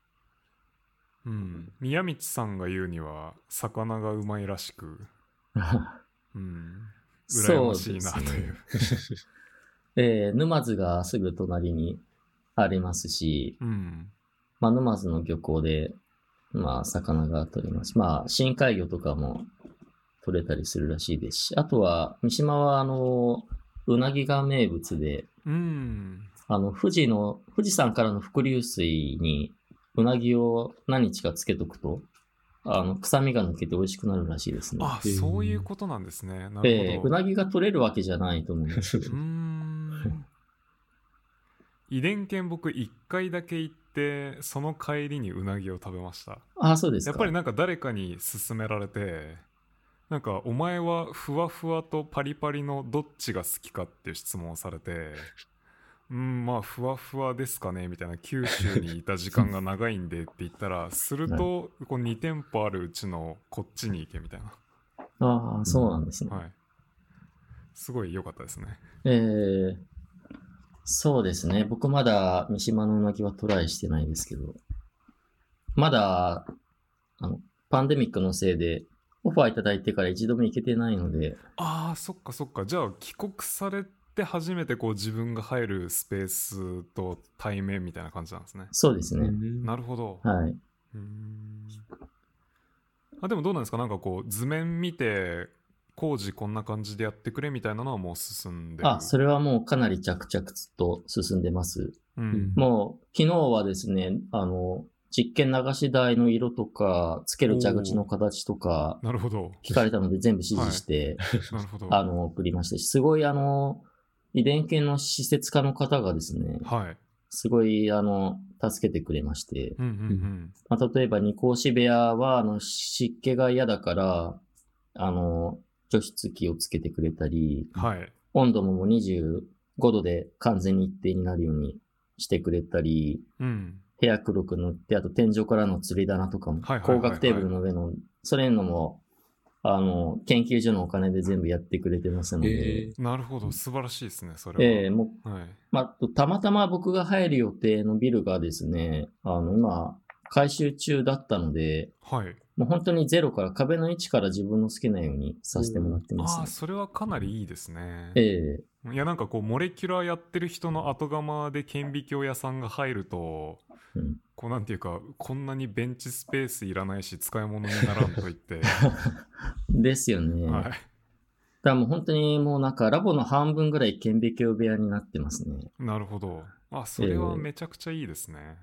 うん宮道さんが言うには魚がうまいらしく、うん羨ましいなという。 えー沼津がすぐ隣にありますし、 うんまあ、沼津の漁港で、まあ、魚が取れます。まあ、深海魚とかも取れたりするらしいですし、あとは、三島は、あの、うなぎが名物で、 うんあの、富士の、富士山からの伏流水に、うなぎを何日かつけとくと、あの、臭みが抜けて美味しくなるらしいですね。 あ、そういうことなんですね。なるほど。 えーうなぎが取れるわけじゃないと思うんですけどうー。ん遺伝研僕いっかいだけ行ってその帰りにうなぎを食べました。 あ、そうですか。 やっぱりなんか誰かに勧められて、なんかお前はふわふわとパリパリのどっちが好きかっていう質問をされて、うんまあふわふわですかねみたいな、九州にいた時間が長いんでって言ったら、するとこうに店舗あるうちのこっちに行けみたいな。 ああ、そうなんですね。 はい、すごい良かったですね。 えー、そうですね。僕まだ三島のうなぎはトライしてないですけど、まだ、あの、パンデミックのせいで、オファーいただいてから一度も行けてないので、 ああそっかそっか。じゃあ帰国されて初めてこう自分が入るスペースと対面みたいな感じなんですね。 そうですね。 なるほど。 はい。 うーんあでもどうなんですか、なんかこう図面見て工事こんな感じでやってくれみたいなのはもう進んでる。 あ、それはもうかなり着々と進んでます。 うんもう、昨日はですね、あの、実験流し台の色とか、つける蛇口の形とか、 なるほど。 聞かれたので全部指示して、 なるほど。 あの、送りましたし、すごいあの、遺伝系の施設家の方がですね、 はい。 すごいあの、助けてくれまして、 うんうんまあ、例えば二格子部屋は、あの、湿気が嫌だから、あの、除湿機をつけてくれたり、 うん。はい。 温度ももうにじゅうごどで完全に一定になるようにしてくれたり、 うん。 部屋黒く塗って、あと天井からの吊り棚とかも、 はいはいはいはい光学テーブルの上の、そういうのも、あの、研究所のお金で全部やってくれてますので、 えなるほど。素晴らしいですね、それは。 ええもう、 はい。 まあ、たまたま僕が入る予定のビルがですね、あの、今、改修中だったので、 はい。 もう本当にゼロから壁の位置から自分の好きなようにさせてもらってます、 ああ、 ね。 それはかなりいいですね。 ええいやなんかこうモレキュラーやってる人の後釜で顕微鏡屋さんが入ると、 うんこうなんていうかこんなにベンチスペースいらないし使い物にならんと言って、 ですよね。 はい、 だからもう本当にもうなんかラボの半分ぐらい顕微鏡部屋になってますね。 なるほど。あそれはめちゃくちゃいいですね。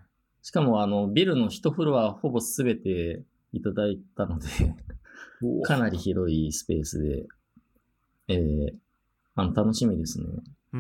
しかもあの、ビルの一フロアほぼすべていただいたので、かなり広いスペースで、えー、あの、楽しみですね。 うん。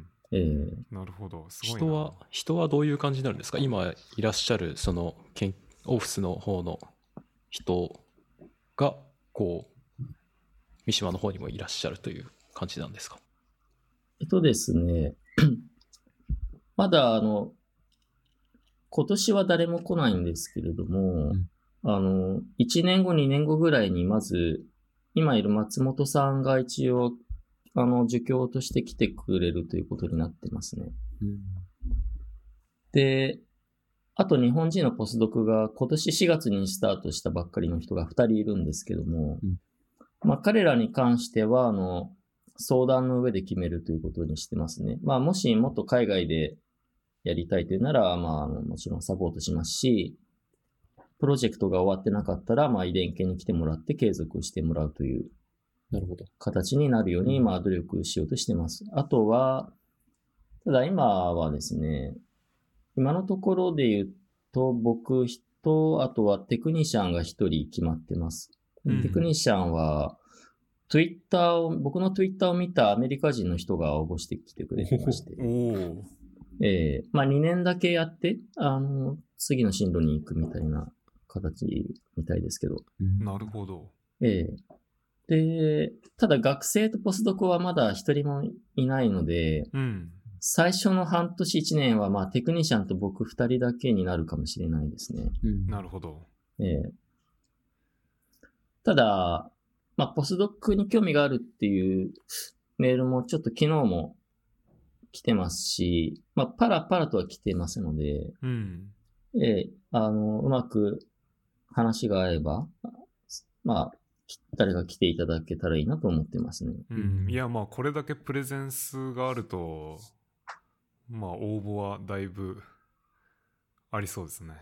えー、 なるほど。すごいな。 人は、人はどういう感じになるんですか？今いらっしゃる、その、けんオフィスの方の人が、こう、三島の方にもいらっしゃるという感じなんですか？ えっとですね、まだあの、今年は誰も来ないんですけれども、 うんあの、いちねんご、にねんごぐらいにまず、今いる松本さんが一応、あの、助教として来てくれるということになってますね。 うんで、あと日本人のポスドクが今年しがつにスタートしたばっかりの人がふたりいるんですけども、 うんまあ彼らに関しては、あの、相談の上で決めるということにしてますね。まあもしもっと海外でやりたいというなら、まああのもちろんサポートしますし、プロジェクトが終わってなかったら、まあ遺伝系に来てもらって継続してもらうというなるほど。 形になるように、まあ努力しようとしてます。あとは、ただ今はですね、今のところで言うと、僕と、あとはテクニシャンが一人決まってます。 うんテクニシャンは、Twitter を、僕の Twitter を見たアメリカ人の人が応募してきてくれてまして。 おお。 ええまあにねんだけやって、あの、次の進路に行くみたいな形みたいですけど。 なるほど。 ええで、ただ学生とポスドクはまだ一人もいないので、 うん。 最初の半年一年はまあテクニシャンと僕二人だけになるかもしれないですね。 うんなるほど。 ええただ、まあポスドクに興味があるっていうメールもちょっと昨日も来てますし、まあパラパラとは来てますので、 うん。 ええあの、うまく話が合えば、まあ、誰か来ていただけたらいいなと思ってますね。 うん。いや、まあ、これだけプレゼンスがあると、まあ、応募はだいぶありそうですね。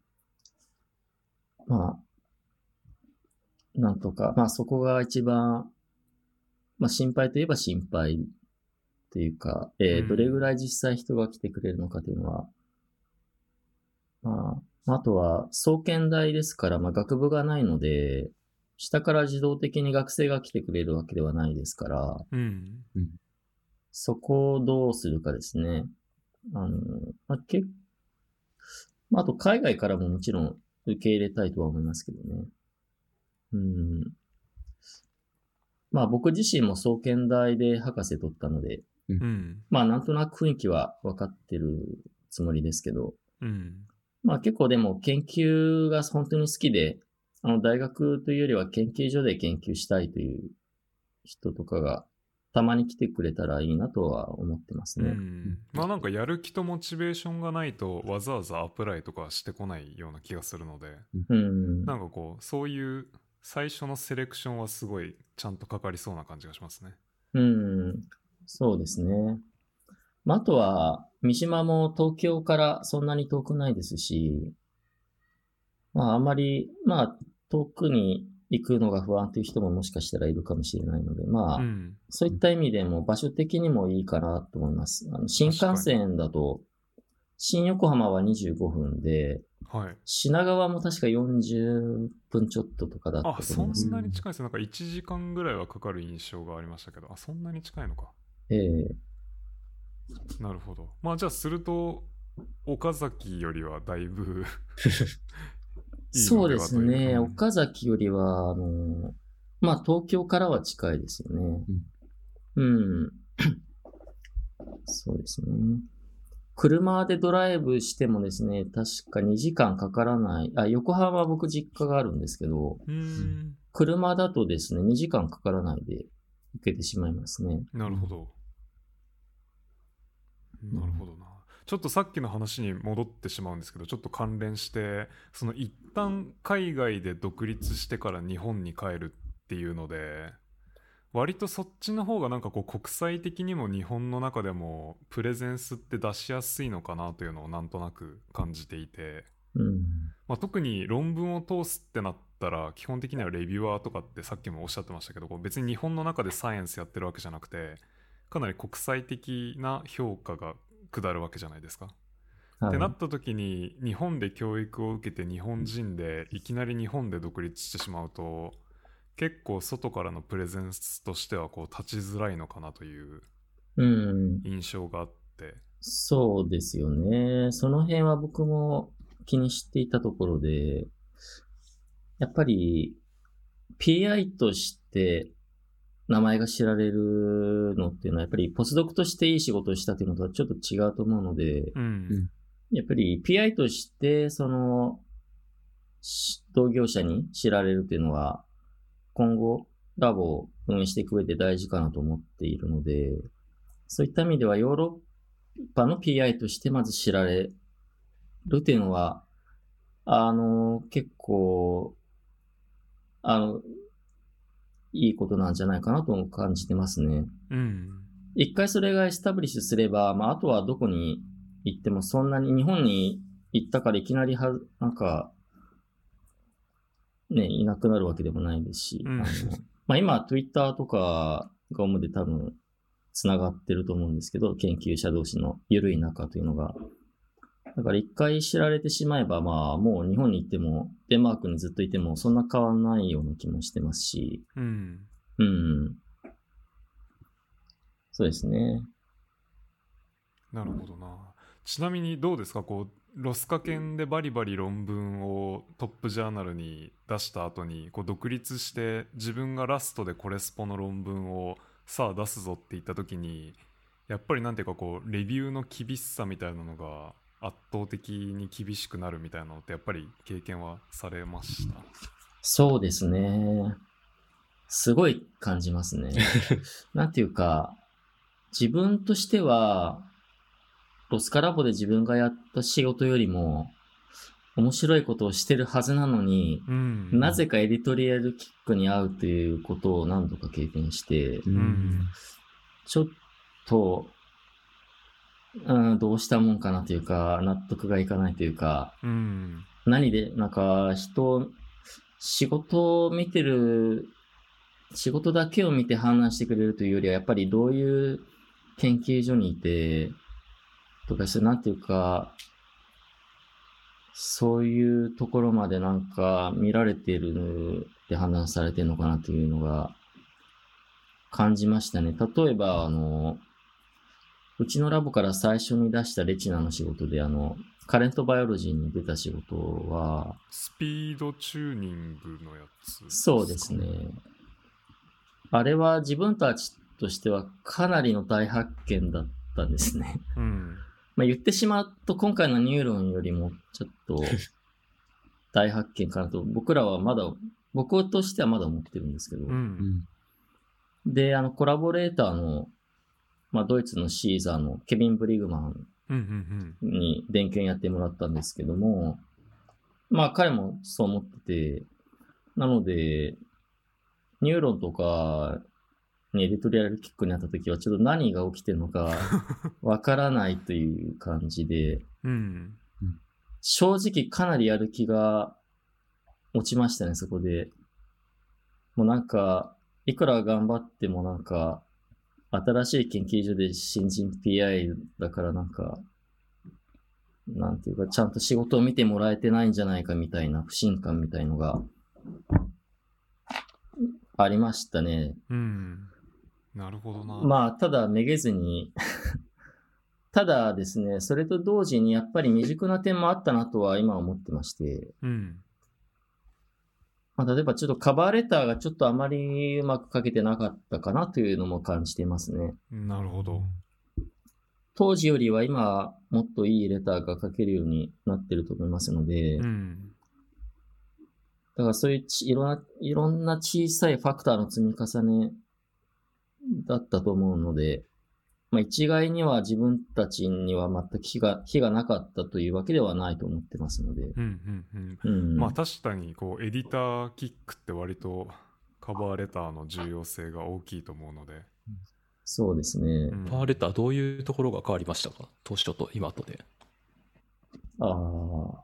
まあ、なんとか、まあそこが一番、まあ心配といえば心配というか、えーうんどれぐらい実際人が来てくれるのかというのは、まあ、あとは、総研大ですから、まあ学部がないので、下から自動的に学生が来てくれるわけではないですから、 うん。 そこをどうするかですね。あの、まあ、けまあ、あと海外からももちろん受け入れたいとは思いますけどね。うん。まあ僕自身も総研大で博士取ったので、 うん。 まあなんとなく雰囲気は分かってるつもりですけど、 うん。 まあ結構でも研究が本当に好きで、あの大学というよりは研究所で研究したいという人とかがたまに来てくれたらいいなとは思ってますうね。 ん。まあなんかやる気とモチベーションがないとわざわざアプライとかしてこないような気がするので、 うん。 なんかこう、そういう最初のセレクションはすごいちゃんとかかりそうな感じがしますね。 うん。そうですね。まああとは、三島も東京からそんなに遠くないですし、まああんまり、まあ遠くに行くのが不安という人ももしかしたらいるかもしれないので、まあ、 うん。 そういった意味でも場所的にもいいかなと思います。あの新幹線だと、新横浜はにじゅうごふんで、 はい。 品川も確かよんじゅっぷんちょっととかだったあ、 とそ思います。 んなに近いですね。なんかいちじかんぐらいはかかる印象がありましたけど、あ、そんなに近いのか。 ええなるほど。まあじゃあすると、岡崎よりはだいぶいいそうでのではというすね。 うん岡崎よりは、あの、まあ東京からは近いですよね。うん。そうですね。車でドライブしてもですね、確かにじかんかからない。あ、横浜は僕実家があるんですけど、 うーん。 車だとですね、にじかんかからないで行けてしまいますね。 なるほど。なるほどな。ちょっとさっきの話に戻ってしまうんですけど、ちょっと関連して、その一旦海外で独立してから日本に帰るっていうので、割とそっちの方がなんかこう国際的にも日本の中でもプレゼンスって出しやすいのかなというのをなんとなく感じていて、 うん。 まあ、特に論文を通すってなったら基本的にはレビュアーとかってさっきもおっしゃってましたけど、こう別に日本の中でサイエンスやってるわけじゃなくて、かなり国際的な評価が下るわけじゃないですか。 はいってなった時に日本で教育を受けて日本人でいきなり日本で独立してしまうと結構外からのプレゼンスとしてはこう立ちづらいのかなといううん。 印象があって、 そうですよね。その辺は僕も気にしていたところで、やっぱり ピーアイ として名前が知られるのっていうのは、やっぱりポスドクとしていい仕事をしたっていうのとはちょっと違うと思うので、 うんやっぱり ピーアイ としてそのし同業者に知られるっていうのは、今後ラボを運営していく上で大事かなと思っているので、そういった意味ではヨーロッパの ピーアイ としてまず知られるっていうのは、あの、結構、あの、いいことなんじゃないかなと感じてますね。 うん一回それがエスタブリッシュすれば、まあ、あとはどこに行ってもそんなに日本に行ったからいきなりは、なんか、ね、いなくなるわけでもないですし、 うんあのまあ、今、Twitter とかが主で多分、つながってると思うんですけど、研究者同士の緩い仲というのが。だから一回知られてしまえば、まあ、もう日本に行っても、デンマークにずっといても、そんな変わらないような気もしてますし、 うんうん。そうですね。 なるほどな。ちなみにどうですか、こうロス科研でバリバリ論文をトップジャーナルに出した後にこう独立して自分がラストでコレスポの論文をさあ出すぞって言った時にやっぱりなんていうかこうレビューの厳しさみたいなのが圧倒的に厳しくなるみたいなのってやっぱり経験はされました？ そうですね。すごい感じますね。なんていうか、自分としては、ロスカラボで自分がやった仕事よりも、面白いことをしてるはずなのに、 うんなぜかエディトリアルキックに遭うということを何度か経験して、 うんちょっと、うん、どうしたもんかなというか、納得がいかないというか、 うん何で、なんか、人、仕事を見てる、仕事だけを見て判断してくれるというよりは、やっぱりどういう研究所にいて、とか、そうなんていうか、そういうところまでなんか見られているって判断されてるのかなというのが感じましたね。例えば、あの、うちのラボから最初に出したレチナの仕事で、あの、カレントバイオロジーに出た仕事は、 スピードチューニングのやつか？ そうですね。あれは自分たちとしてはかなりの大発見だったんですね。 うんまあ言ってしまうと今回のニューロンよりもちょっと大発見かなと僕らはまだ、僕としてはまだ思ってるんですけど。 うんで、あのコラボレーターの、まあドイツのシーザーのケビン・ブリグマンうんうんに勉強やってもらったんですけども、まあ彼もそう思ってて、なので、ニューロンとかにエディトリアルキックにあった時はちょっと何が起きてるのかわからないという感じで、 うん正直かなりやる気が落ちましたね、そこで。もうなんか、いくら頑張ってもなんか、新しい研究所で新人 ピーアイ だからなんか、なんていうか、ちゃんと仕事を見てもらえてないんじゃないかみたいな不信感みたいのがありましたね。 うんなるほどな。 まあ、ただめげずにただですね、それと同時にやっぱり未熟な点もあったなとは今思ってまして、 うんまあ、例えばちょっとカバーレターがちょっとあまりうまく書けてなかったかなというのも感じていますね。 なるほど。 当時よりは今もっといいレターが書けるようになってると思いますので、 うんだからそういうちいろんな、いろんな小さいファクターの積み重ねだったと思うので、まあ、一概には自分たちには全く非が、非がなかったというわけではないと思ってますので。 うんうんうんうん。 まあ確かにこうエディターキックって割とカバーレターの重要性が大きいと思うので、 そうですね。 うんパワーレターどういうところが変わりましたか、当初と今とで。 ああ。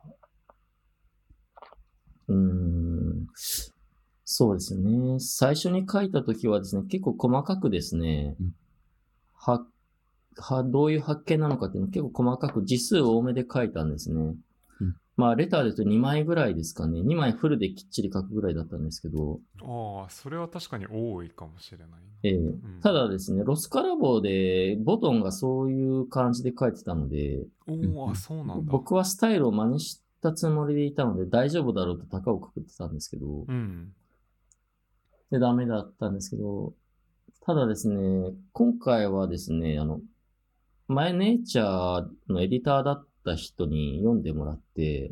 うーん。そうですね。最初に書いたときはですね、結構細かくですね、 うんは、 はどういう発見なのかっていうのを結構細かく字数多めで書いたんですね。 うん、 まあレターで言うとにまいぐらいですかね。にまいフルできっちり書くぐらいだったんですけど。 ああ、それは確かに多いかもしれないな。 ええうんただですね、ロスカラボでボトンがそういう感じで書いてたので、 おお、あ、そうなんだ。 僕はスタイルを真似したつもりでいたので大丈夫だろうと高をくくってたんですけど、 うん。 で、ダメだったんですけど、ただですね、今回はですね、あの、前ネイチャーのエディターだった人に読んでもらって、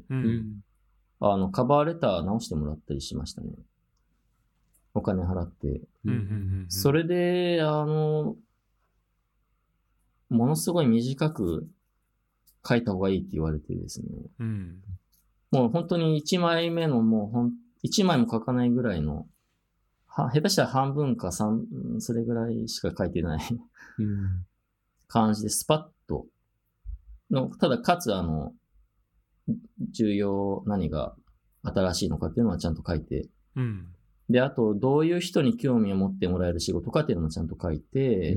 う。 うんん。 あの、カバーレター直してもらったりしましたね。お金払って。 うんうんうんうん。 それで、あの、ものすごい短く書いた方がいいって言われてですね。 うん。 もう本当にいちまいめのもうほん、いちまいも書かないぐらいの、は、下手したら半分か三、それぐらいしか書いてないうん。 感じでスパッとの、ただかつあの、重要何が新しいのかっていうのはちゃんと書いて、 うん。 で、あと、どういう人に興味を持ってもらえる仕事かっていうのもちゃんと書いて、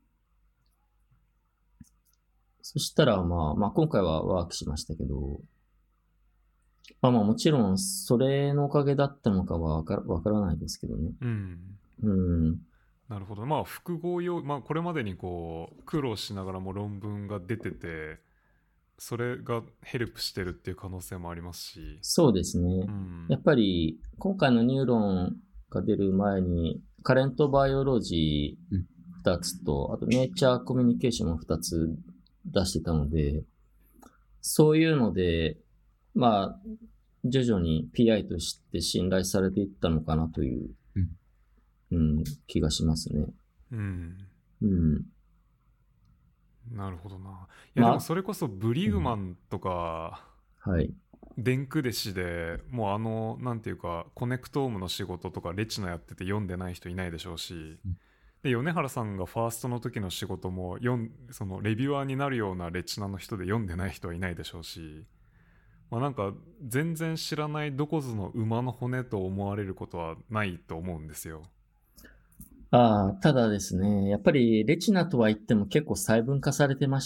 そしたら、まあ、まあ、今回はワークしましたけど、まあまあ、もちろん、それのおかげだったのかはわからわからないですけどね。 うん。 うん。 なるほど。まあ、複合用、まあ、これまでにこう、苦労しながらも論文が出てて、それがヘルプしてるっていう可能性もありますし。 そうですね。 うん。 やっぱり、今回のニューロンが出る前に、カレントバイオロジーふたつと、あとネイチャーコミュニケーションもふたつ出してたので、そういうので、まあ、徐々に ピーアイ として信頼されていったのかなという、うん、うん、気がしますね。 うん。 うん。 なるほどな。いや、 まあでもそれこそブリグマンとか、 はい。 デンクデシでもうあの、なんていうか、コネクトームの仕事とかレチナやってて読んでない人いないでしょうし、で、米原さんがファーストの時の仕事も読ん、そのレビュアーになるようなレチナの人で読んでない人はいないでしょうし、まあなんか全然知らないどこぞの馬の骨と思われることはないと思うんですよ。 ああ、ただですね、やっぱりレチナとは言っても結構細分化されてまして、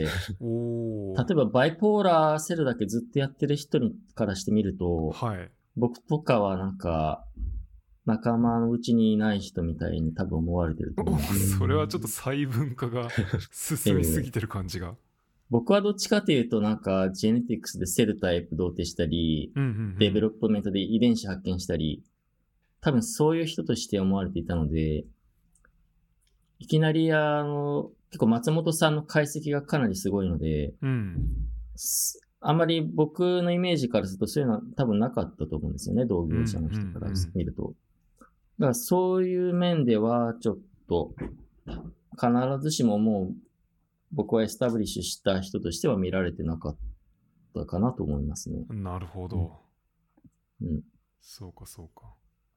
おー。 例えばバイポーラーセルだけずっとやってる人にからしてみると、 はい。 僕とかはなんか、仲間のうちにいない人みたいに多分思われてると思う。 それはちょっと細分化が進みすぎてる感じが。 僕はどっちかというとなんか、ジェネティクスでセルタイプ同定したり、 うんうんうん、 デベロップメントで遺伝子発見したり、多分そういう人として思われていたので、いきなりあの、結構松本さんの解析がかなりすごいので、 うん、 あんまり僕のイメージからするとそういうのは多分なかったと思うんですよね、同業者の人から見ると。だからそういう面ではちょっと、必ずしももう僕はエスタブリッシュした人としては見られてなかったかなと思いますね。 なるほど。 うん。 そうかそうか。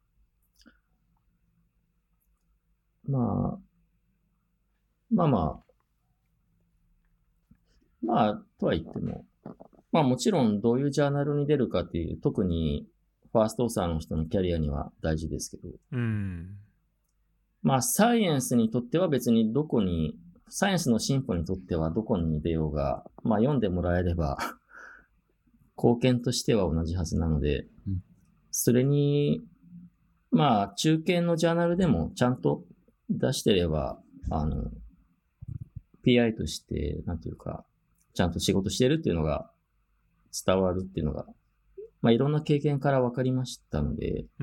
まあ、まあまあ、まあ、とは言っても、まあもちろんどういうジャーナルに出るかっていう、特にファーストオーサーの人のキャリアには大事ですけど、 うん。 まあサイエンスにとっては別にどこに、サイエンスの進歩にとってはどこに出ようが、まあ読んでもらえれば、貢献としては同じはずなので、 うん、 それに、まあ中堅のジャーナルでもちゃんと出してれば、あの、ピーアイ として、なんていうか、ちゃんと仕事してるっていうのが伝わるっていうのが、まあいろんな経験から分かりましたので、 うん、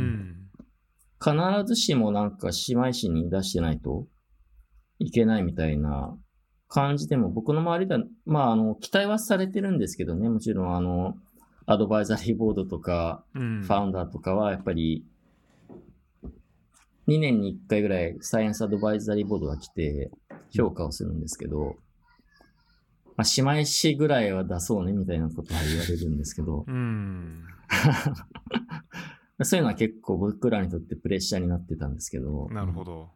必ずしもなんか姉妹誌に出してないといけないみたいな感じでも、僕の周りでは、まああの、期待はされてるんですけどね、もちろんあの、アドバイザリーボードとか、 うん、 ファウンダーとかはやっぱり、にねんにいっかいぐらいサイエンスアドバイザリーボードが来て評価をするんですけど、まあ、姉妹誌ぐらいは出そうねみたいなことは言われるんですけど、 うん、 そういうのは結構僕らにとってプレッシャーになってたんですけど、 なるほど。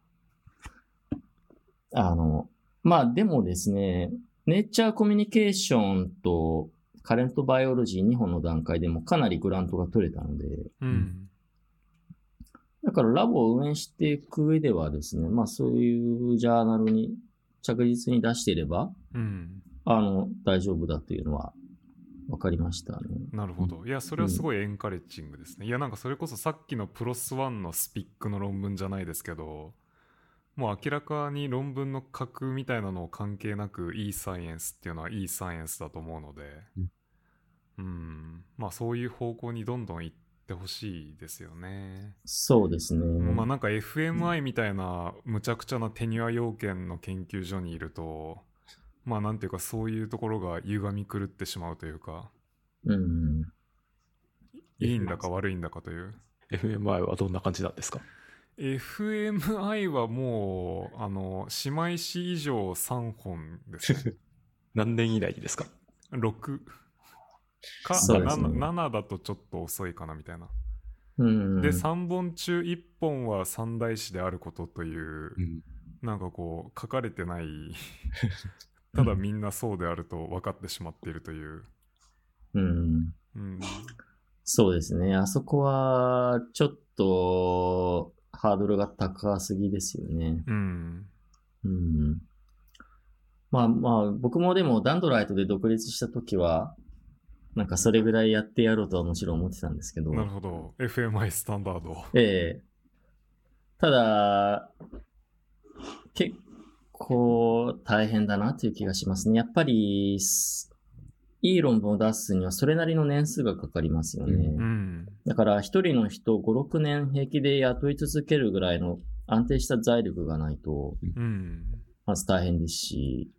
あの、まあでもですね、ネイチャーコミュニケーションとカレントバイオロジーにほんの段階でもかなりグラントが取れたので、 うん、 だからラボを運営していく上ではですね、まあそういうジャーナルに着実に出していれば、 うん。 あの、大丈夫だというのは分かりましたね。 なるほど。いや、それはすごいエンカレッジングですね。いや、なんかそれこそさっきのプロスワンのスピックの論文じゃないですけど、もう明らかに論文の格みたいなのを関係なくいいサイエンスっていうのはいいサイエンスだと思うので、うん、うんまあそういう方向にどんどん行ってほしいですよね。 そうですね。 まあなんか エフエムアイ みたいなむちゃくちゃなテニュア要件の研究所にいると、まあなんていうかそういうところが歪み狂ってしまうというか、 うん。 いいんだか悪いんだかという。 エフエムアイ はどんな感じなんですか？ エフエムアイ はもうあの姉妹誌以上さんぼんですね。 何年以内にですか？ ろくか、 そうですねなな, ななだとちょっと遅いかなみたいな。 うん。 でさんぼん中いっぽんは三大誌であることという、 うん、 なんかこう書かれてないただみんなそうであると分かってしまっているという、 うん。 うん、 そうですね。あそこは、ちょっと、ハードルが高すぎですよね。 うんうん。まあまあ、僕もでもダンドライトで独立したときは、なんかそれぐらいやってやろうとはもちろん思ってたんですけど。 なるほど。 エフエムアイ スタンダード。 ええただ、結構大変だなという気がしますね。やっぱり、すいい論文を出すにはそれなりの年数がかかりますよね。 うんだから一人の人ご、ろくねん平気で雇い続けるぐらいの安定した財力がないと、 うんまず大変ですし、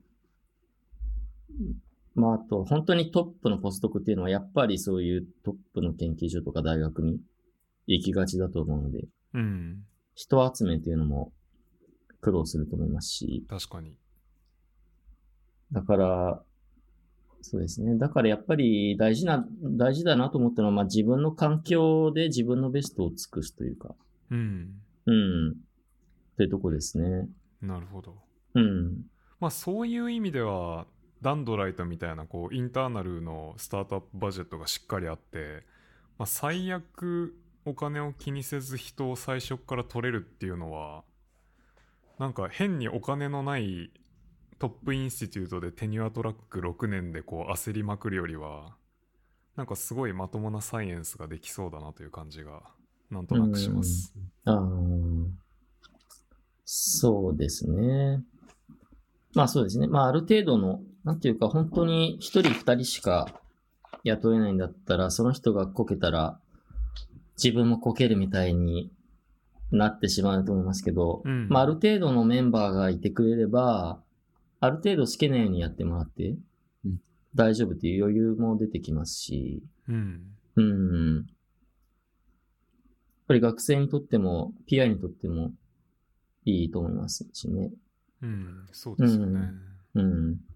まああと本当にトップのポスドクっていうのはやっぱりそういうトップの研究所とか大学に行きがちだと思うので、 うん人集めっていうのも苦労すると思いますし、 確かに。 だから、そうですね。だからやっぱり大事な、大事だなと思ったのは、まあ自分の環境で自分のベストを尽くすというか、 うんうん、っていうとこですね。 なるほど。 うん。 まあそういう意味ではダンドライトみたいなこうインターナルのスタートアップバジェットがしっかりあって、まあ、最悪お金を気にせず人を最初から取れるっていうのはなんか変にお金のないトップインスティテュートでテニュアトラックろくねんでこう焦りまくるよりはなんかすごいまともなサイエンスができそうだなという感じがなんとなくします。 ああ、そうですね。まあそうですね。まあある程度の、なんていうか本当に一人二人しか雇えないんだったら、その人がこけたら自分もこけるみたいになってしまうと思いますけど、 うんまあある程度のメンバーがいてくれれば、ある程度好きなようにやってもらってうん大丈夫っていう余裕も出てきますし、 うんうん。やっぱり学生にとっても、ピーアイ にとってもいいと思いますしね。 うんそうですよね。 うん。